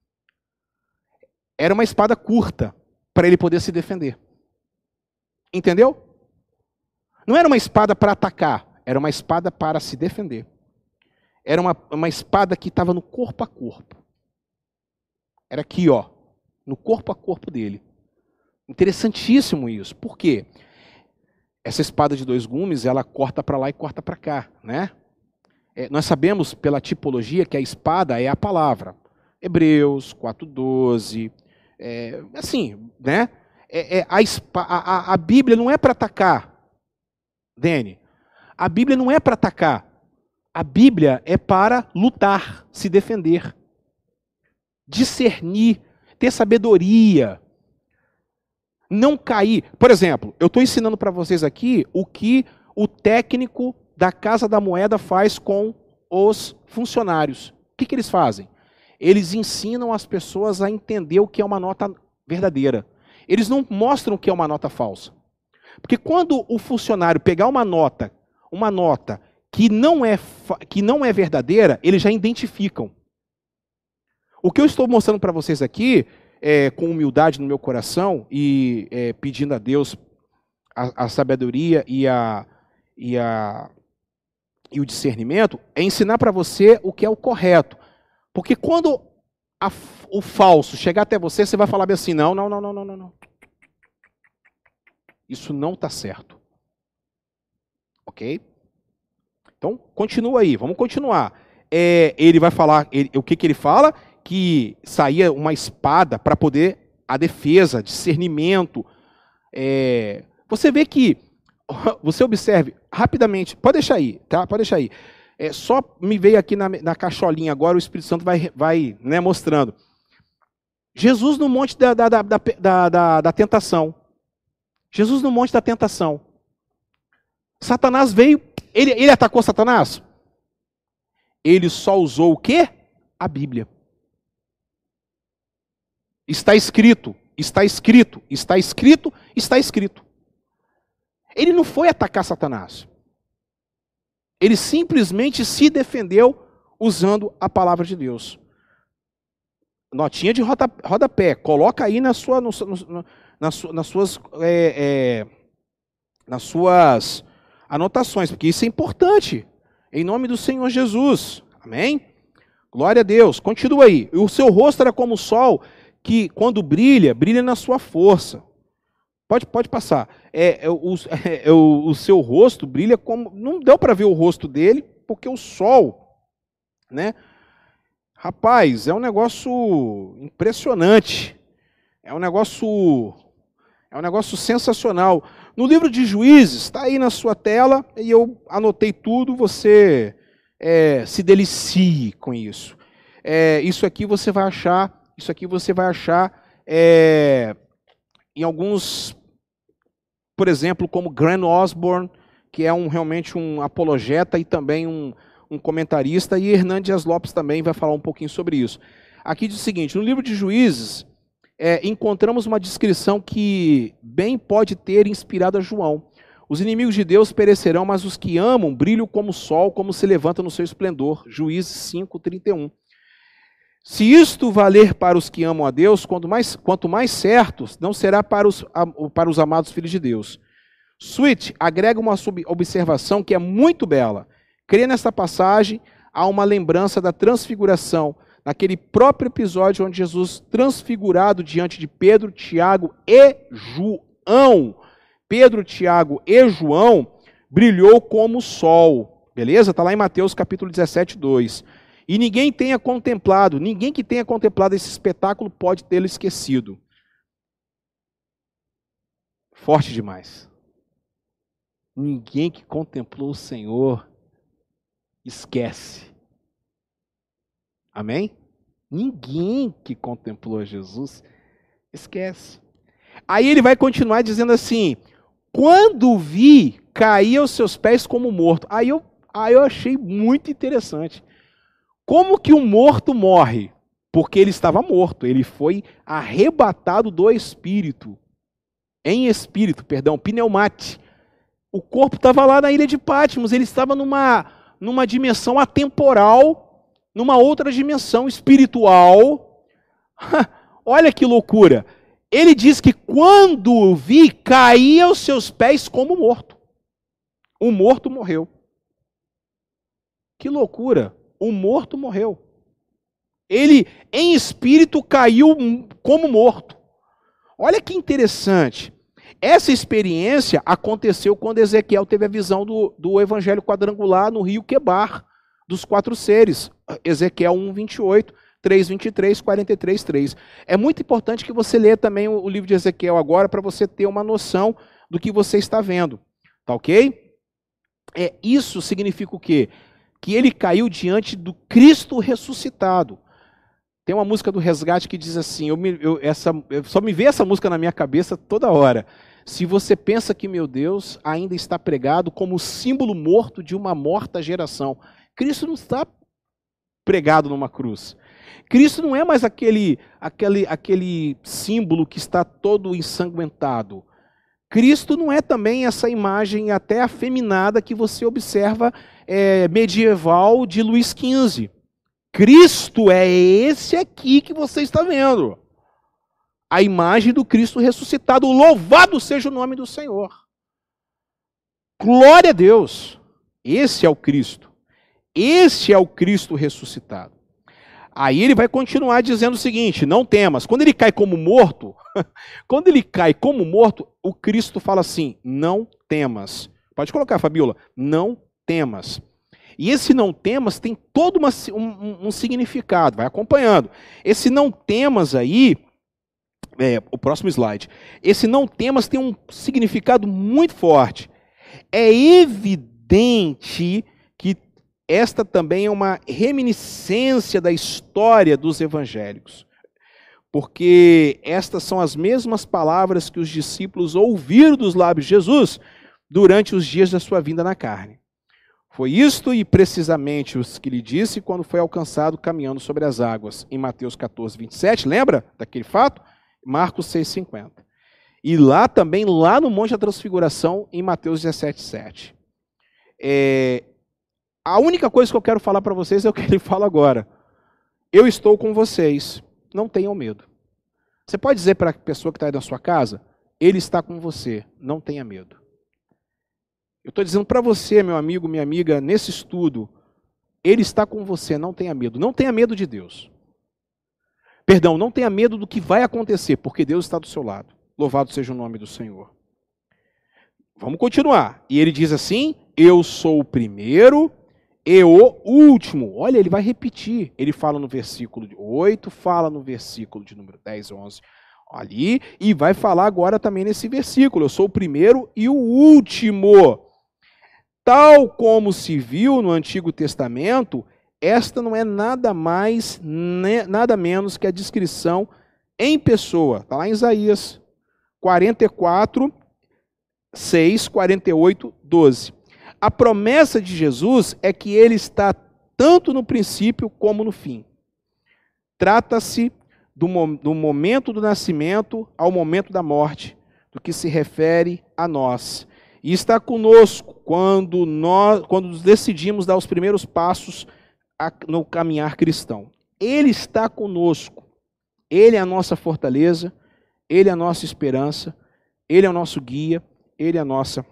Era uma espada curta, para ele poder se defender. Entendeu? Não era uma espada para atacar, era uma espada para se defender. Era uma, uma espada que estava no corpo a corpo. Era aqui, ó. no corpo a corpo dele. Interessantíssimo isso. Por quê? Essa espada de dois gumes, ela corta para lá e corta para cá, né? É, nós sabemos pela tipologia que a espada é a palavra. Hebreus quatro, doze, é, assim, né? É, é, a, a, a Bíblia não é para atacar, Dene. A Bíblia não é para atacar. A Bíblia é para lutar, se defender, discernir, ter sabedoria, não cair. Por exemplo, eu estou ensinando para vocês aqui o que o técnico da Casa da Moeda faz com os funcionários. O que, que eles fazem? Eles ensinam as pessoas a entender o que é uma nota verdadeira. Eles não mostram o que é uma nota falsa. Porque quando o funcionário pegar uma nota, uma nota que não é, que não é verdadeira, eles já identificam. O que eu estou mostrando para vocês aqui, é, com humildade no meu coração e é, pedindo a Deus a, a sabedoria e, a, e, a, e o discernimento, é ensinar para você o que é o correto. Porque quando a, o falso chegar até você, você vai falar bem assim, não, não, não, não, não, não. Isso não está certo. Ok? Então, continua aí, vamos continuar. É, ele vai falar, ele, o que, que ele fala? Que saía uma espada para poder a defesa, discernimento. É, você vê que, você observe rapidamente, pode deixar aí, tá? Pode deixar aí. É, só me veio aqui na, na cacholinha agora, o Espírito Santo vai, vai né, mostrando. Jesus no monte da, da, da, da, da, da tentação. Jesus no monte da tentação. Satanás veio, ele, ele atacou Satanás? Ele só usou o quê? A Bíblia. Está escrito, está escrito, está escrito, está escrito. Ele não foi atacar Satanás. Ele simplesmente se defendeu usando a palavra de Deus. Notinha de rodapé, coloca aí na sua, no, no, na su, nas suas, é, é, nas suas anotações, porque isso é importante. Em nome do Senhor Jesus. Amém? Glória a Deus. Continua aí. O seu rosto era como o sol, que quando brilha, brilha na sua força. Pode, pode passar. É, é, o, é, o, o seu rosto brilha como... Não deu para ver o rosto dele, porque o sol, né? Rapaz, é um negócio impressionante. É um negócio... É um negócio sensacional. No livro de Juízes, está aí na sua tela, e eu anotei tudo, você é, se delicie com isso. É, isso aqui você vai achar, isso aqui você vai achar... É, em alguns, por exemplo, como Grant Osborne, que é um, realmente um apologeta e também um, um comentarista, e Hernandes Dias Lopes também vai falar um pouquinho sobre isso. Aqui diz o seguinte, no livro de Juízes, é, encontramos uma descrição que bem pode ter inspirado a João. Os inimigos de Deus perecerão, mas os que amam brilham como o sol, como se levanta no seu esplendor. Juízes cinco, trinta e um. Se isto valer para os que amam a Deus, quanto mais, quanto mais certos, não será para os, para os amados filhos de Deus. Sweet agrega uma observação que é muito bela. Crê nesta passagem, há uma lembrança da transfiguração, naquele próprio episódio onde Jesus, transfigurado diante de Pedro, Tiago e João, Pedro, Tiago e João, brilhou como o sol. Beleza? Está lá em Mateus capítulo dezessete, dois. E ninguém tenha contemplado, ninguém que tenha contemplado esse espetáculo pode tê-lo esquecido. Forte demais. Ninguém que contemplou o Senhor esquece. Amém? Ninguém que contemplou Jesus esquece. Aí ele vai continuar dizendo assim, quando vi, caí aos seus pés como morto. Aí eu, aí eu achei muito interessante. Como que um morto morre? Porque ele estava morto, ele foi arrebatado do espírito, em espírito, perdão, pneumate. O corpo estava lá na ilha de Patmos, ele estava numa, numa dimensão atemporal, numa outra dimensão espiritual. Olha que loucura. Ele diz que quando o vi, caí aos seus pés como morto. O morto morreu. Que loucura. O morto morreu. Ele, em espírito, caiu como morto. Olha que interessante. Essa experiência aconteceu quando Ezequiel teve a visão do, do evangelho quadrangular no rio Quebar, dos quatro seres. Ezequiel um, vinte e oito, três, vinte e três, quarenta e três, três. É muito importante que você leia também o, o livro de Ezequiel agora, para você ter uma noção do que você está vendo. Tá ok? É, isso significa o quê? Que ele caiu diante do Cristo ressuscitado. Tem uma música do Resgate que diz assim, eu, me, eu, essa, eu só me vê essa música na minha cabeça toda hora. Se você pensa que meu Deus ainda está pregado como símbolo morto de uma morta geração. Cristo não está pregado numa cruz. Cristo não é mais aquele, aquele, aquele símbolo que está todo ensanguentado. Cristo não é também essa imagem até afeminada que você observa é, medieval de Luís quinze. Cristo é esse aqui que você está vendo. A imagem do Cristo ressuscitado. Louvado seja o nome do Senhor. Glória a Deus. Esse é o Cristo. Esse é o Cristo ressuscitado. Aí ele vai continuar dizendo o seguinte, não temas. Quando ele cai como morto, quando ele cai como morto, o Cristo fala assim, não temas. Pode colocar, Fabiola. Não temas. E esse não temas tem todo uma, um, um significado, vai acompanhando. Esse não temas aí, é, o próximo slide, esse não temas tem um significado muito forte. É evidente que esta também é uma reminiscência da história dos evangélicos. Porque estas são as mesmas palavras que os discípulos ouviram dos lábios de Jesus durante os dias da sua vinda na carne. Foi isto e precisamente os que lhe disse quando foi alcançado caminhando sobre as águas, em Mateus quatorze, vinte e sete, lembra daquele fato? Marcos seis, cinquenta. E lá também, lá no Monte da Transfiguração, em Mateus dezessete, sete. É, a única coisa que eu quero falar para vocês é o que ele fala agora. Eu estou com vocês, não tenham medo. Você pode dizer para a pessoa que está aí na sua casa, ele está com você, não tenha medo. Eu estou dizendo para você, meu amigo, minha amiga, nesse estudo, ele está com você, não tenha medo. Não tenha medo de Deus. Perdão, não tenha medo do que vai acontecer, porque Deus está do seu lado. Louvado seja o nome do Senhor. Vamos continuar. E ele diz assim, eu sou o primeiro e o último. Olha, ele vai repetir. Ele fala no versículo oito, fala no versículo de número dez, onze, ali, e vai falar agora também nesse versículo. Eu sou o primeiro e o último. Tal como se viu no Antigo Testamento, esta não é nada mais, nada menos que a descrição em pessoa. Está lá em Isaías quarenta e quatro, seis, quarenta e oito, doze. A promessa de Jesus é que ele está tanto no princípio como no fim. Trata-se do, do momento do nascimento ao momento da morte, do que se refere a nós. E está conosco quando nós quando decidimos dar os primeiros passos no caminhar cristão. Ele está conosco. Ele é a nossa fortaleza, ele é a nossa esperança, ele é o nosso guia, ele é a nossa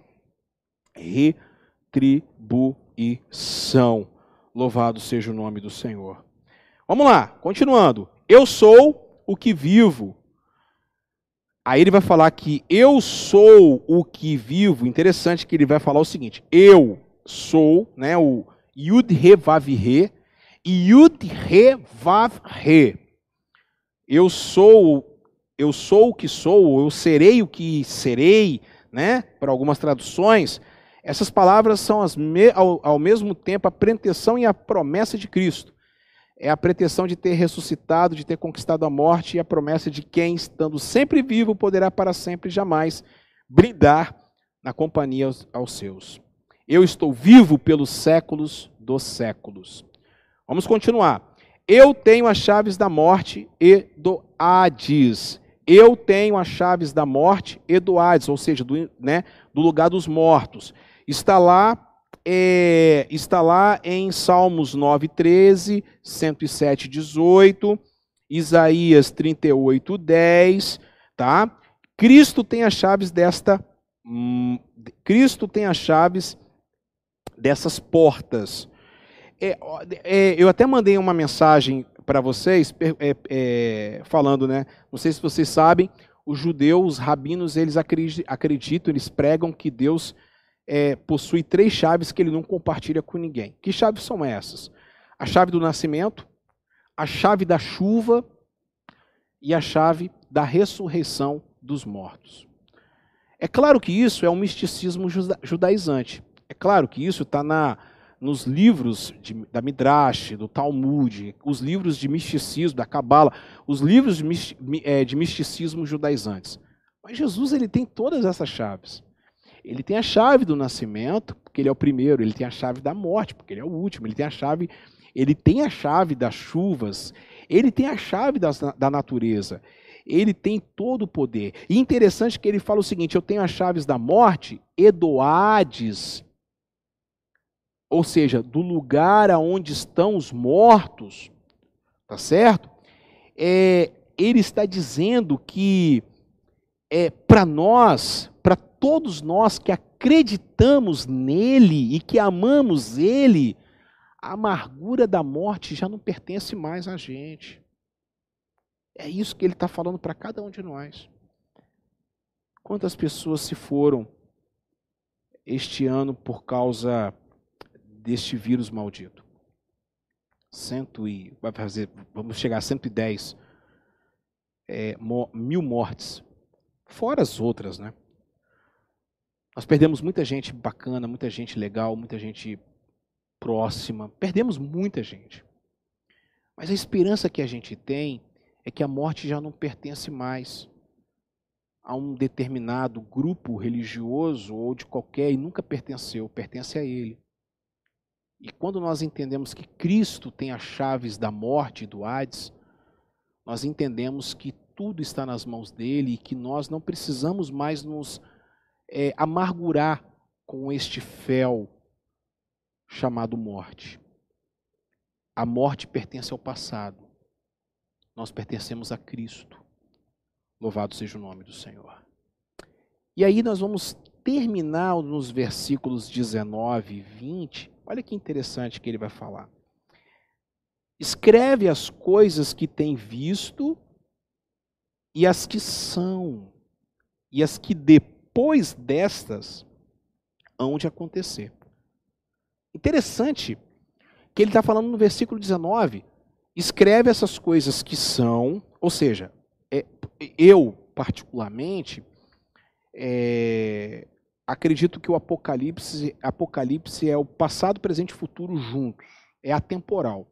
retribuição. Louvado seja o nome do Senhor. Vamos lá, continuando. Eu sou o que vivo. Aí ele vai falar que eu sou o que vivo. Interessante que ele vai falar o seguinte. Eu sou, né, o Yud He Vav He, Yud He Vav He. Eu sou, eu sou o que sou, eu serei o que serei, né? Para algumas traduções, essas palavras são as me, ao, ao mesmo tempo a pretensão e a promessa de Cristo. É a pretensão de ter ressuscitado, de ter conquistado a morte e a promessa de quem, estando sempre vivo, poderá para sempre jamais brindar na companhia aos, aos seus. Eu estou vivo pelos séculos dos séculos. Vamos continuar. Eu tenho as chaves da morte e do Hades. Eu tenho as chaves da morte e do Hades, ou seja, do, né, do lugar dos mortos. Está lá É, está lá em Salmos nove, treze, cento e sete, dezoito, Isaías trinta e oito, dez, tá? Cristo tem as chaves desta, hum, Cristo tem as chaves dessas portas. É, é, eu até mandei uma mensagem para vocês, é, é, falando, né? Não sei se vocês sabem, os judeus, os rabinos, eles acreditam, eles pregam que Deus é, possui três chaves que ele não compartilha com ninguém. Que chaves são essas? A chave do nascimento, a chave da chuva e a chave da ressurreição dos mortos. É claro que isso é um misticismo juda judaizante. É claro que isso está na... nos livros de, da Midrash, do Talmud, os livros de misticismo, da Cabala, os livros de, misti, é, de misticismo judaizantes. Mas Jesus, ele tem todas essas chaves. Ele tem a chave do nascimento, porque ele é o primeiro. Ele tem a chave da morte, porque ele é o último. Ele tem a chave, ele tem a chave das chuvas. Ele tem a chave das, da natureza. Ele tem todo o poder. E interessante que ele fala o seguinte, eu tenho as chaves da morte e do Hades, ou seja, do lugar aonde estão os mortos, tá certo? É, ele está dizendo que é, para nós, para todos nós que acreditamos nele e que amamos ele, a amargura da morte já não pertence mais a gente. É isso que ele está falando para cada um de nós. Quantas pessoas se foram este ano por causa deste vírus maldito? Cento e, vai fazer, vamos chegar a cento e dez é, mo, mil mortes, fora as outras, né? Nós perdemos muita gente bacana, muita gente legal, muita gente próxima, perdemos muita gente. Mas a esperança que a gente tem é que a morte já não pertence mais a um determinado grupo religioso ou de qualquer, e nunca pertenceu, pertence a ele. E quando nós entendemos que Cristo tem as chaves da morte e do Hades, nós entendemos que tudo está nas mãos dele e que nós não precisamos mais nos é, amargurar com este fel chamado morte. A morte pertence ao passado. Nós pertencemos a Cristo. Louvado seja o nome do Senhor. E aí nós vamos terminar nos versículos dezenove e vinte. Olha que interessante que ele vai falar. Escreve as coisas que tem visto e as que são, e as que depois destas hão de acontecer. Interessante que ele está falando no versículo dezenove, escreve essas coisas que são, ou seja, é, eu particularmente é, acredito que o Apocalipse, Apocalipse é o passado, presente e futuro juntos, é atemporal.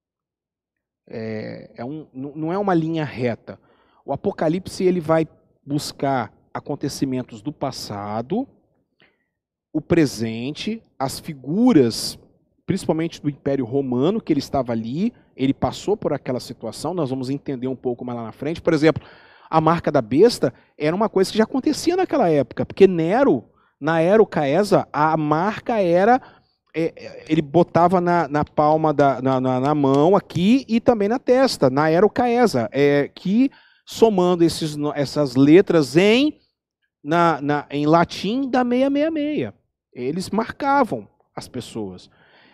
É, é um, não é uma linha reta. O Apocalipse ele vai buscar acontecimentos do passado, o presente, as figuras, principalmente do Império Romano, que ele estava ali, ele passou por aquela situação, nós vamos entender um pouco mais lá na frente. Por exemplo, a marca da besta era uma coisa que já acontecia naquela época, porque Nero, na Nero Caesar, a marca era, é, ele botava na, na palma, da, na, na, na mão aqui e também na testa, na Nero Caesar, é, que somando esses, essas letras em, na, na, em latim dá seiscentos e sessenta e seis. Eles marcavam as pessoas.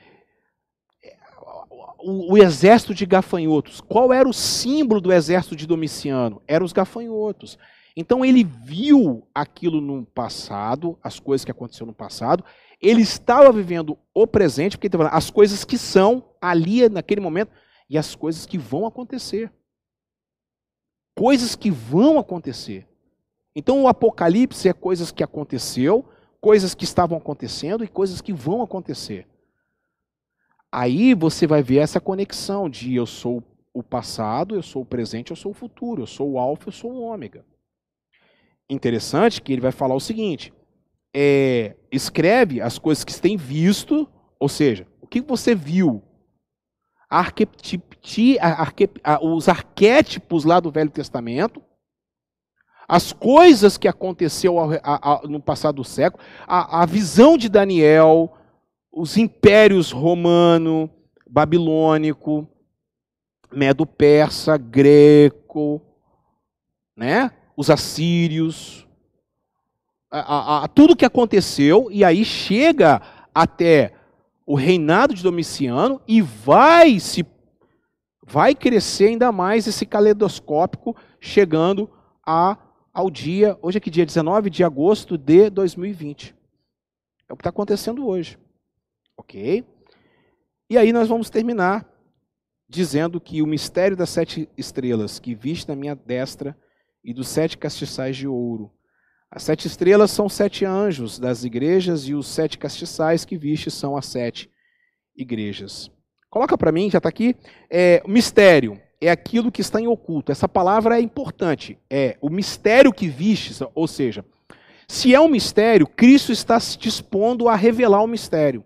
O, o exército de gafanhotos. Qual era o símbolo do exército de Domiciano? Eram os gafanhotos. Então ele viu aquilo no passado, as coisas que aconteceram no passado, ele estava vivendo o presente, porque ele estava falando as coisas que são ali naquele momento e as coisas que vão acontecer. Coisas que vão acontecer. Então o Apocalipse é coisas que aconteceu, coisas que estavam acontecendo e coisas que vão acontecer. Aí você vai ver essa conexão de eu sou o passado, eu sou o presente, eu sou o futuro, eu sou o alfa, eu sou o ômega. Interessante que ele vai falar o seguinte, é, escreve as coisas que você tem visto, ou seja, o que você viu, Arqueti, arque, os arquétipos lá do Velho Testamento, as coisas que aconteceu ao, a, a, no passado do século, a, a visão de Daniel, os impérios romano, babilônico, medo-persa, greco, né? Os assírios, a, a, a, tudo que aconteceu, e aí chega até o reinado de Domiciano e vai se vai crescer ainda mais esse caleidoscópico, chegando a, ao dia, hoje é que dia dezenove de agosto de dois mil e vinte. É o que está acontecendo hoje. Ok? E aí nós vamos terminar dizendo que o mistério das sete estrelas que viste na minha destra e dos sete castiçais de ouro. As sete estrelas são sete anjos das igrejas e os sete castiçais que viste são as sete igrejas. Coloca para mim, já está aqui. É, mistério é aquilo que está em oculto. Essa palavra é importante. É o mistério que viste, ou seja, se é um mistério, Cristo está se dispondo a revelar o mistério.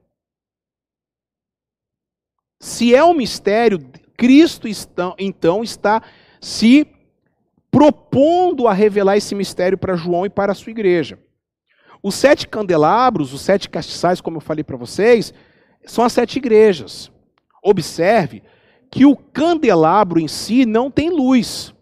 Se é um mistério, Cristo está, então está se propondo a revelar esse mistério para João e para a sua igreja. Os sete candelabros, os sete castiçais, como eu falei para vocês, são as sete igrejas. Observe que o candelabro em si não tem luz.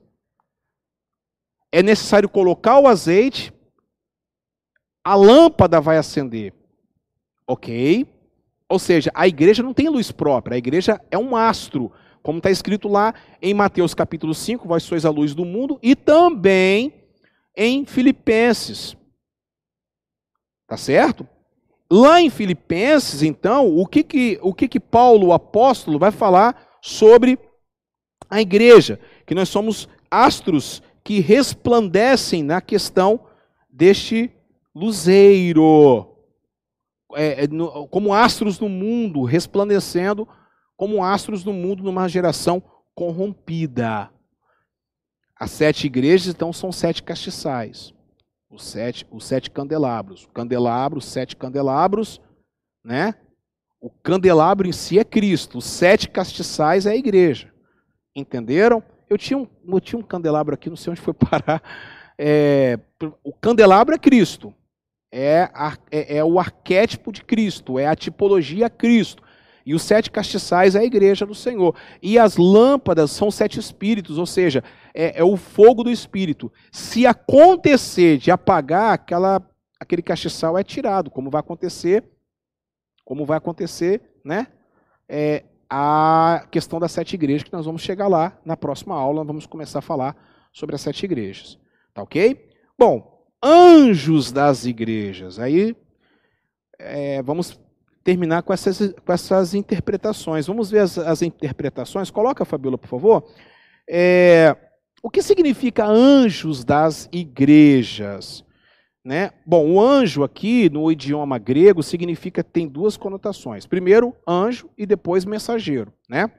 É necessário colocar o azeite, a lâmpada vai acender. Ok? Ou seja, a igreja não tem luz própria, a igreja é um astro, como está escrito lá em Mateus capítulo cinco, vós sois a luz do mundo, e também em Filipenses. Tá certo? Lá em Filipenses, então, o que que, o que que Paulo, o apóstolo, vai falar sobre a igreja? Que nós somos astros que resplandecem na questão deste luzeiro. É, no, como astros no mundo, resplandecendo como astros no mundo numa geração corrompida. As sete igrejas, então, são sete castiçais. Os sete, os sete candelabros. Candelabros, sete candelabros, né? O candelabro em si é Cristo. Os sete castiçais é a igreja. Entenderam? Eu tinha um, eu tinha um candelabro aqui, não sei onde foi parar. É, o candelabro é Cristo. É, é, é o arquétipo de Cristo, é a tipologia a Cristo. E os sete castiçais é a igreja do Senhor. E as lâmpadas são sete espíritos, ou seja, é, é o fogo do espírito. Se acontecer de apagar, aquela, aquele castiçal é tirado, como vai acontecer, como vai acontecer, né? É, a questão das sete igrejas, que nós vamos chegar lá na próxima aula, vamos começar a falar sobre as sete igrejas. Tá ok? Bom, anjos das igrejas. Aí é, vamos terminar com essas, com essas interpretações. Vamos ver as, as interpretações. Coloca, Fabiola, por favor. É, o que significa anjos das igrejas? Né? Bom, o anjo aqui, no idioma grego, significa, tem duas conotações. Primeiro, anjo e depois mensageiro. Né?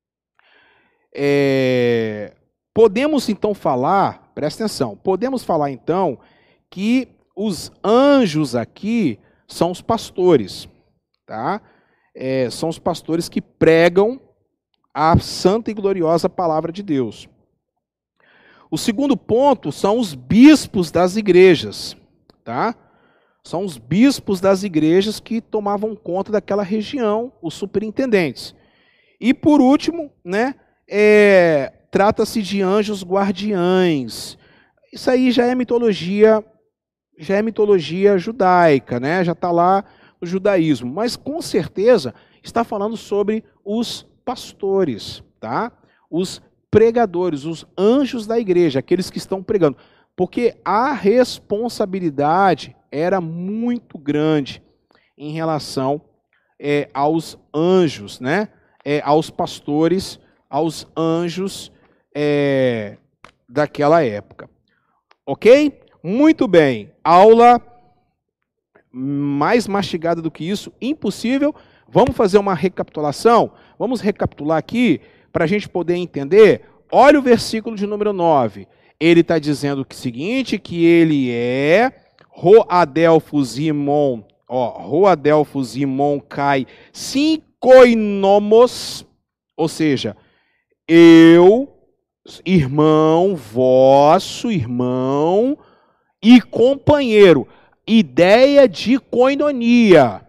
É, podemos então falar, presta atenção, podemos falar então que os anjos aqui são os pastores, tá? É, são os pastores que pregam a santa e gloriosa palavra de Deus. O segundo ponto são os bispos das igrejas, tá? São os bispos das igrejas que tomavam conta daquela região, os superintendentes. E por último, né, é, trata-se de anjos guardiães. Isso aí já é mitologia já é mitologia judaica, né? Já está lá no judaísmo, mas com certeza está falando sobre os pastores, tá? Os pregadores, os anjos da igreja, aqueles que estão pregando, porque a responsabilidade era muito grande em relação é, aos anjos, né? É, aos pastores, aos anjos é, daquela época. Ok? Muito bem, aula mais mastigada do que isso, impossível. Vamos fazer uma recapitulação? Vamos recapitular aqui para a gente poder entender. Olha o versículo de número nove. Ele está dizendo o seguinte, que ele é Roadelphos Imon, ó, Roadelphos Imon Kai Synkoinomos, ou seja, eu, irmão, vosso irmão, e companheiro, ideia de koinonia,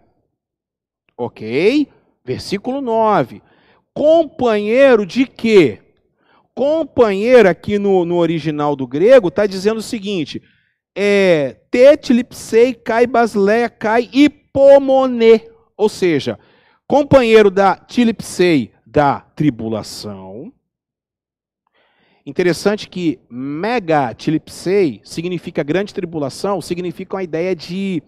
ok? Versículo nove, companheiro de quê? Companheiro aqui no, no original do grego está dizendo o seguinte, é, tetlipsei kai basleia kai hipomone, ou seja, companheiro da tilipsei da tribulação, Interessante que megatilipsei significa grande tribulação, significa uma ideia de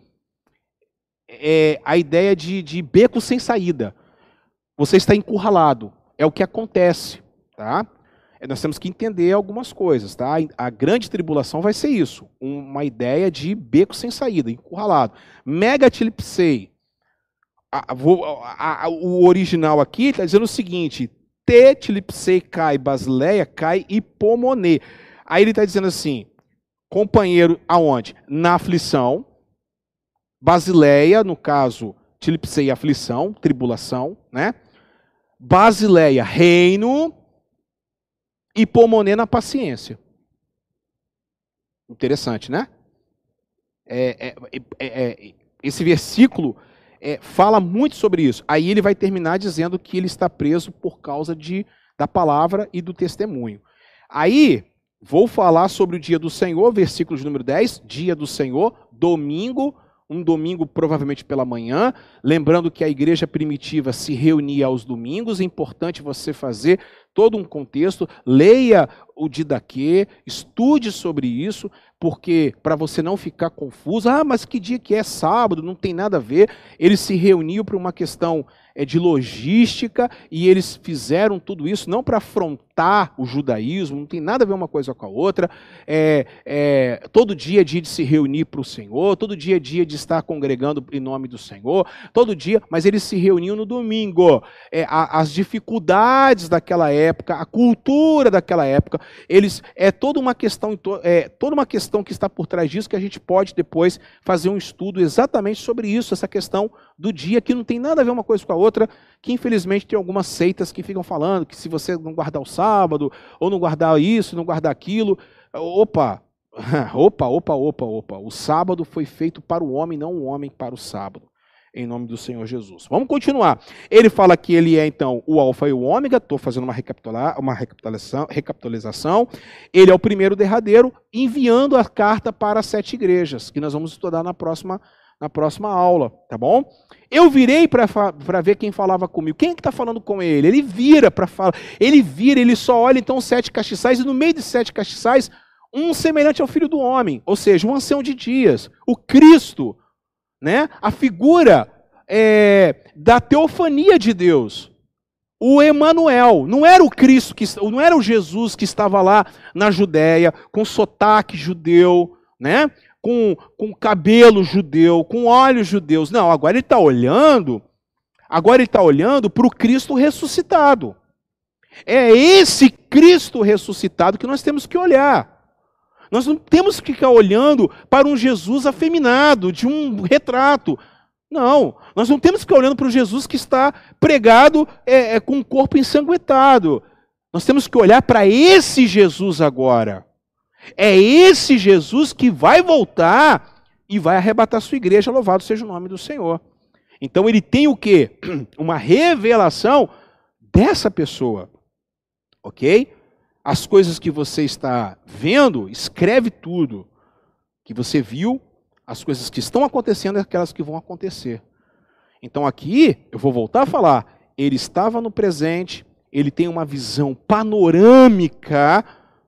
é, a ideia de, de beco sem saída. Você está encurralado. É o que acontece, tá? Nós temos que entender algumas coisas, tá? A grande tribulação vai ser isso, uma ideia de beco sem saída, encurralado. Megatilipsei. A, a, a, o original aqui está dizendo o seguinte: te tilipsei kai basileia kai hipomoné. Aí ele está dizendo assim, companheiro aonde? Na aflição. Basileia, no caso, tilipsei aflição, tribulação, né? Basileia, reino. Hipomoné na paciência. Interessante, né? É, é, é, é, esse versículo é, fala muito sobre isso. Aí ele vai terminar dizendo que ele está preso por causa de, da palavra e do testemunho. Aí, vou falar sobre o dia do Senhor, versículo de número dez, dia do Senhor, domingo, um domingo provavelmente pela manhã, lembrando que a igreja primitiva se reunia aos domingos, é importante você fazer todo um contexto, leia o Didaquê, estude sobre isso, porque para você não ficar confuso, ah, mas que dia que é sábado, não tem nada a ver. Eles se reuniam para uma questão é, de logística e eles fizeram tudo isso não para afrontar o judaísmo, não tem nada a ver uma coisa com a outra. É, é, todo dia é dia de se reunir para o Senhor, todo dia é dia de estar congregando em nome do Senhor, todo dia, mas eles se reuniam no domingo. É, a, as dificuldades daquela época, a cultura daquela época, eles é toda uma questão, é toda uma questão que está por trás disso que a gente pode depois fazer um estudo exatamente sobre isso, essa questão do dia que não tem nada a ver uma coisa com a outra, que infelizmente tem algumas seitas que ficam falando que se você não guardar o sábado, ou não guardar isso, não guardar aquilo, opa, opa, opa, opa, opa, o sábado foi feito para o homem, não o homem para o sábado. Em nome do Senhor Jesus. Vamos continuar. Ele fala que ele é, então, o alfa e o ômega. Estou fazendo uma, recapitular, uma recapitulação, recapitalização. Ele é o primeiro derradeiro, enviando a carta para as sete igrejas, que nós vamos estudar na próxima, na próxima aula, tá bom? Eu virei para ver quem falava comigo. Quem é que está falando com ele? Ele vira para falar. Ele vira, ele só olha, então, sete castiçais, e no meio de sete castiçais, um semelhante ao Filho do Homem, ou seja, um ancião de dias, o Cristo, né? A figura é, da teofania de Deus, o Emanuel. Não era o Cristo, que, não era o Jesus que estava lá na Judéia, com sotaque judeu, né? com, com cabelo judeu, com olhos judeus. Não, agora ele está olhando, agora ele está olhando para o Cristo ressuscitado. É esse Cristo ressuscitado que nós temos que olhar. Nós não temos que ficar olhando para um Jesus afeminado, de um retrato. Não, nós não temos que ficar olhando para o Jesus que está pregado é, é, com o corpo ensanguentado. Nós temos que olhar para esse Jesus agora. É esse Jesus que vai voltar e vai arrebatar a sua igreja, louvado seja o nome do Senhor. Então ele tem o quê? Uma revelação dessa pessoa. Ok? As coisas que você está vendo, escreve tudo que você viu, as coisas que estão acontecendo e aquelas que vão acontecer. Então aqui, eu vou voltar a falar, ele estava no presente, ele tem uma visão panorâmica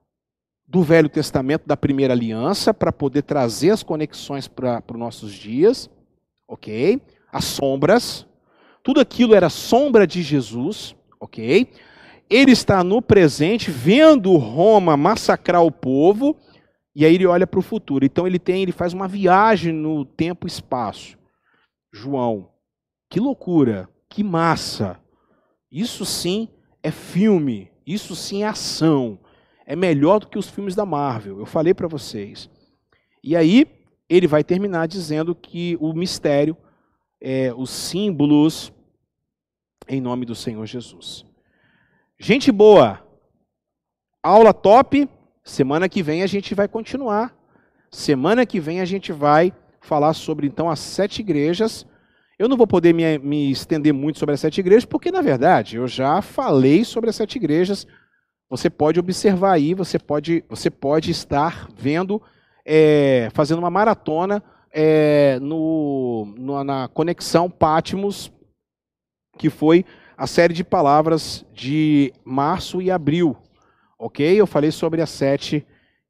do Velho Testamento, da Primeira Aliança, para poder trazer as conexões para os nossos dias, ok? As sombras, tudo aquilo era sombra de Jesus, ok? Ele está no presente, vendo Roma massacrar o povo, e aí ele olha para o futuro. Então ele tem, ele faz uma viagem no tempo e espaço. João, que loucura, que massa. Isso sim é filme, isso sim é ação. É melhor do que os filmes da Marvel, eu falei para vocês. E aí ele vai terminar dizendo que o mistério, é, os símbolos, em nome do Senhor Jesus. Gente boa, aula top, semana que vem a gente vai continuar. Semana que vem a gente vai falar sobre, então, as sete igrejas. Eu não vou poder me, me estender muito sobre as sete igrejas, porque, na verdade, eu já falei sobre as sete igrejas. Você pode observar aí, você pode, você pode estar vendo, é, fazendo uma maratona é, no, no, na Conexão Patmos, que foi a série de palavras de março e abril, ok? Eu falei sobre as sete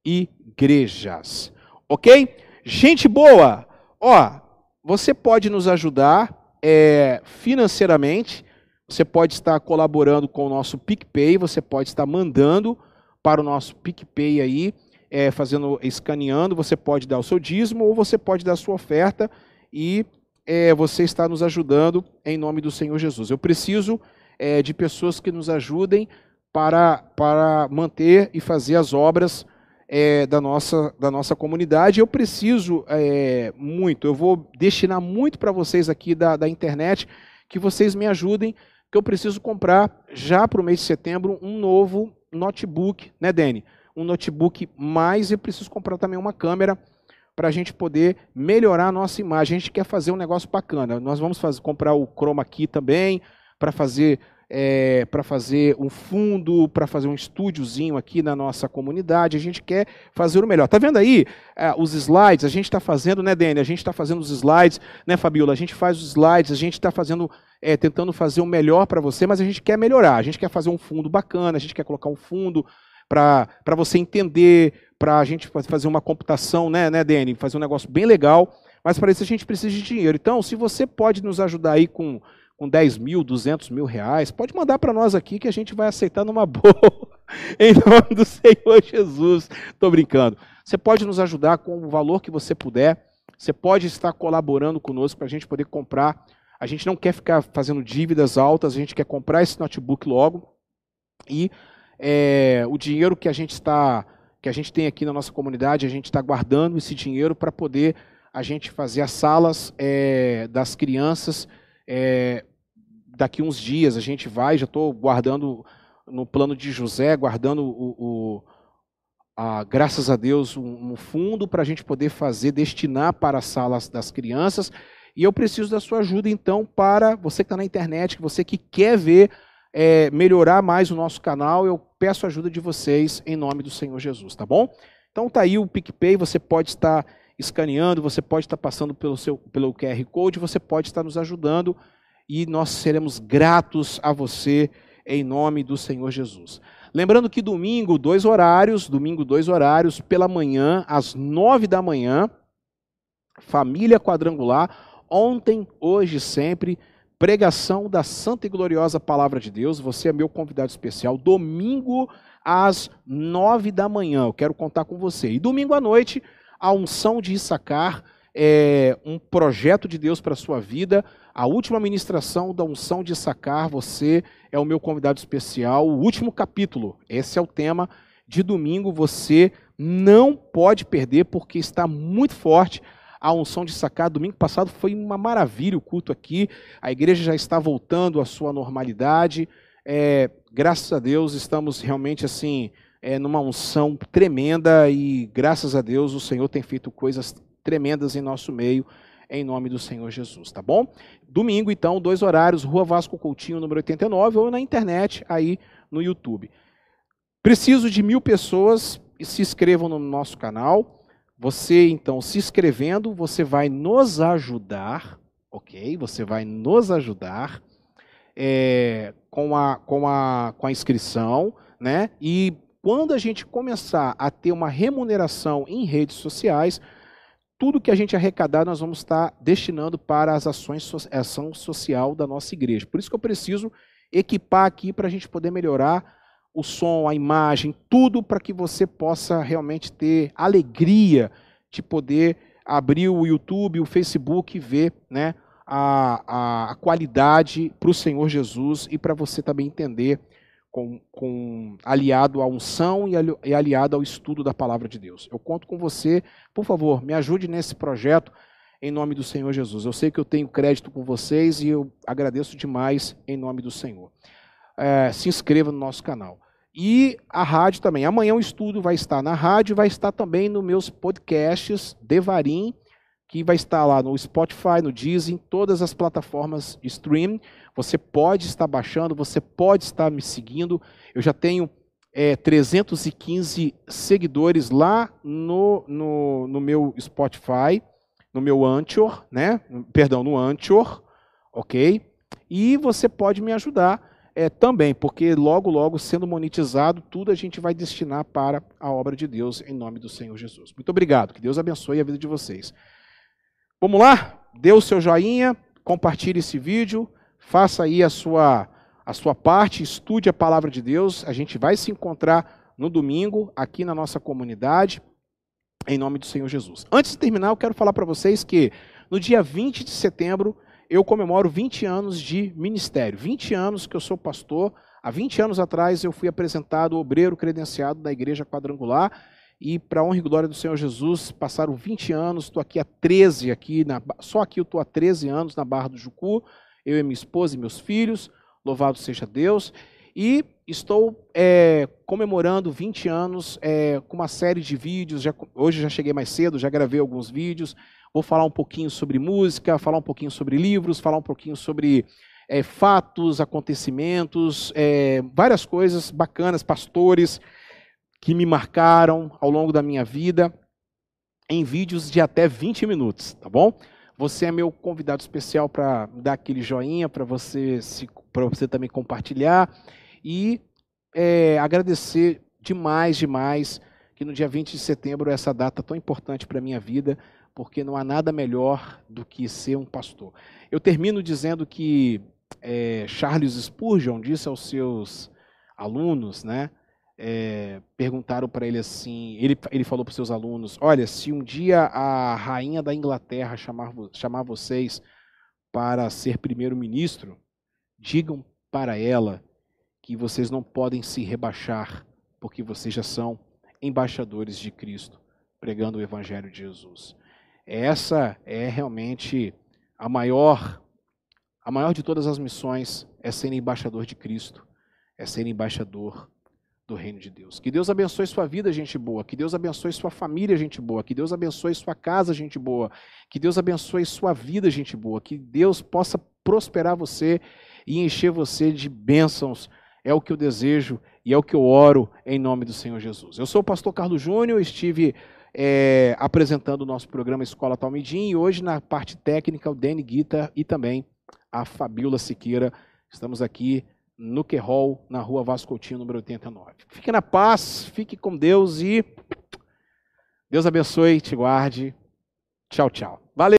igrejas, ok? Gente boa, ó, você pode nos ajudar é, financeiramente, você pode estar colaborando com o nosso PicPay, você pode estar mandando para o nosso PicPay aí, é, fazendo, escaneando, você pode dar o seu dízimo ou você pode dar a sua oferta e é, você está nos ajudando em nome do Senhor Jesus. Eu preciso é, de pessoas que nos ajudem para, para manter e fazer as obras é, da, nossa, da nossa comunidade. Eu preciso é, muito, eu vou destinar muito para vocês aqui da, da internet, que vocês me ajudem, que eu preciso comprar já para o mês de setembro um novo notebook, né, Dani? Um notebook mais, e preciso comprar também uma câmera para a gente poder melhorar a nossa imagem. A gente quer fazer um negócio bacana. Nós vamos fazer, comprar o Chroma Key também, para fazer, é, para fazer um fundo, para fazer um estúdiozinho aqui na nossa comunidade. A gente quer fazer o melhor. Tá vendo aí é, os slides? A gente está fazendo, né, Dani? A gente está fazendo os slides, né, Fabiola? A gente faz os slides, a gente está fazendo, é, tentando fazer o melhor para você, mas a gente quer melhorar. A gente quer fazer um fundo bacana, a gente quer colocar um fundo para você entender, para a gente fazer uma computação, né, né, Dani? Fazer um negócio bem legal, mas para isso a gente precisa de dinheiro. Então, se você pode nos ajudar aí com, com dez mil, duzentos mil reais, pode mandar para nós aqui que a gente vai aceitar numa boa, em nome do Senhor Jesus. Estou brincando. Você pode nos ajudar com o valor que você puder, você pode estar colaborando conosco para a gente poder comprar. A gente não quer ficar fazendo dívidas altas, a gente quer comprar esse notebook logo e É, o dinheiro que a gente está, que a gente tem aqui na nossa comunidade, a gente está guardando esse dinheiro para poder a gente fazer as salas é, das crianças. É, daqui uns dias a gente vai, já estou guardando no plano de José, guardando o, o a, graças a Deus um, um fundo para a gente poder fazer, destinar para as salas das crianças. E eu preciso da sua ajuda então, para você que está na internet, você que quer ver É, melhorar mais o nosso canal, eu peço a ajuda de vocês em nome do Senhor Jesus, tá bom? Então tá aí o PicPay, você pode estar escaneando, você pode estar passando pelo, seu, pelo Q R Code, você pode estar nos ajudando e nós seremos gratos a você em nome do Senhor Jesus. Lembrando que domingo, dois horários, domingo, dois horários, pela manhã, às nove da manhã, Família Quadrangular, ontem, hoje, sempre, pregação da santa e gloriosa palavra de Deus. Você é meu convidado especial, domingo às nove da manhã, eu quero contar com você. E domingo à noite, a unção de Issacar, é um projeto de Deus para a sua vida, a última ministração da unção de Issacar, você é o meu convidado especial, o último capítulo, esse é o tema de domingo, você não pode perder, porque está muito forte. A unção de Issacar, domingo passado foi uma maravilha o culto aqui, a igreja já está voltando à sua normalidade, é, graças a Deus estamos realmente assim, é, numa unção tremenda e graças a Deus o Senhor tem feito coisas tremendas em nosso meio, em nome do Senhor Jesus, tá bom? Domingo então, dois horários, Rua Vasco Coutinho, número oitenta e nove, ou na internet aí no YouTube. Preciso de mil pessoas, e se inscrevam no nosso canal. Você, então, se inscrevendo, você vai nos ajudar, ok? Você vai nos ajudar é, com, a, com, a, com a inscrição, né? E quando a gente começar a ter uma remuneração em redes sociais, tudo que a gente arrecadar, nós vamos estar destinando para as ações, a ação social da nossa igreja. Por isso que eu preciso equipar aqui para a gente poder melhorar o som, a imagem, tudo para que você possa realmente ter alegria de poder abrir o YouTube, o Facebook e ver, né, a, a, a qualidade para o Senhor Jesus e para você também entender com, com aliado à unção e, ali, e aliado ao estudo da palavra de Deus. Eu conto com você, por favor, me ajude nesse projeto em nome do Senhor Jesus. Eu sei que eu tenho crédito com vocês e eu agradeço demais em nome do Senhor. É, se inscreva no nosso canal. E a rádio também. Amanhã o estudo vai estar na rádio, vai estar também nos meus podcasts, Devarim, que vai estar lá no Spotify, no Deezer, em todas as plataformas de streaming. Você pode estar baixando, você pode estar me seguindo. Eu já tenho é, trezentos e quinze seguidores lá no, no, no meu Spotify, no meu Anchor, né? Perdão, no Anchor, ok? E você pode me ajudar é, também, porque logo, logo, sendo monetizado, tudo a gente vai destinar para a obra de Deus, em nome do Senhor Jesus. Muito obrigado, que Deus abençoe a vida de vocês. Vamos lá? Dê o seu joinha, compartilhe esse vídeo, faça aí a sua, a sua parte, estude a palavra de Deus. A gente vai se encontrar no domingo, aqui na nossa comunidade, em nome do Senhor Jesus. Antes de terminar, eu quero falar para vocês que no dia vinte de setembro, eu comemoro vinte anos de ministério. vinte anos que eu sou pastor. Há vinte anos atrás eu fui apresentado obreiro credenciado da Igreja Quadrangular. E para a honra e glória do Senhor Jesus, passaram vinte anos, estou aqui há treze, aqui na, só aqui eu estou há treze anos na Barra do Jucu, eu e minha esposa e meus filhos, louvado seja Deus. E estou é, comemorando vinte anos é, com uma série de vídeos, já, hoje já cheguei mais cedo, já gravei alguns vídeos. Vou falar um pouquinho sobre música, falar um pouquinho sobre livros, falar um pouquinho sobre é, fatos, acontecimentos, é, várias coisas bacanas, pastores que me marcaram ao longo da minha vida, em vídeos de até vinte minutos, tá bom? Você é meu convidado especial para dar aquele joinha, para você, se, para você também compartilhar e é, agradecer demais, demais, que no dia vinte de setembro, essa data tão importante para a minha vida, porque não há nada melhor do que ser um pastor. Eu termino dizendo que é, Charles Spurgeon disse aos seus alunos, né, é, perguntaram para ele assim, ele, ele falou para os seus alunos, olha, se um dia a rainha da Inglaterra chamar, chamar vocês para ser primeiro-ministro, digam para ela que vocês não podem se rebaixar, porque vocês já são embaixadores de Cristo, pregando o Evangelho de Jesus. Essa é realmente a maior, a maior de todas as missões, é ser embaixador de Cristo, é ser embaixador do reino de Deus. Que Deus abençoe sua vida, gente boa, que Deus abençoe sua família, gente boa, que Deus abençoe sua casa, gente boa, que Deus abençoe sua vida, gente boa, que Deus possa prosperar você e encher você de bênçãos, é o que eu desejo e é o que eu oro em nome do Senhor Jesus. Eu sou o pastor Carlos Júnior, estive É, apresentando o nosso programa Escola Talmidim, e hoje na parte técnica o Dani Guita e também a Fabiola Siqueira. Estamos aqui no Querol, na rua Vasco Coutinho, número oitenta e nove. Fique na paz, fique com Deus e Deus abençoe, te guarde. Tchau, tchau.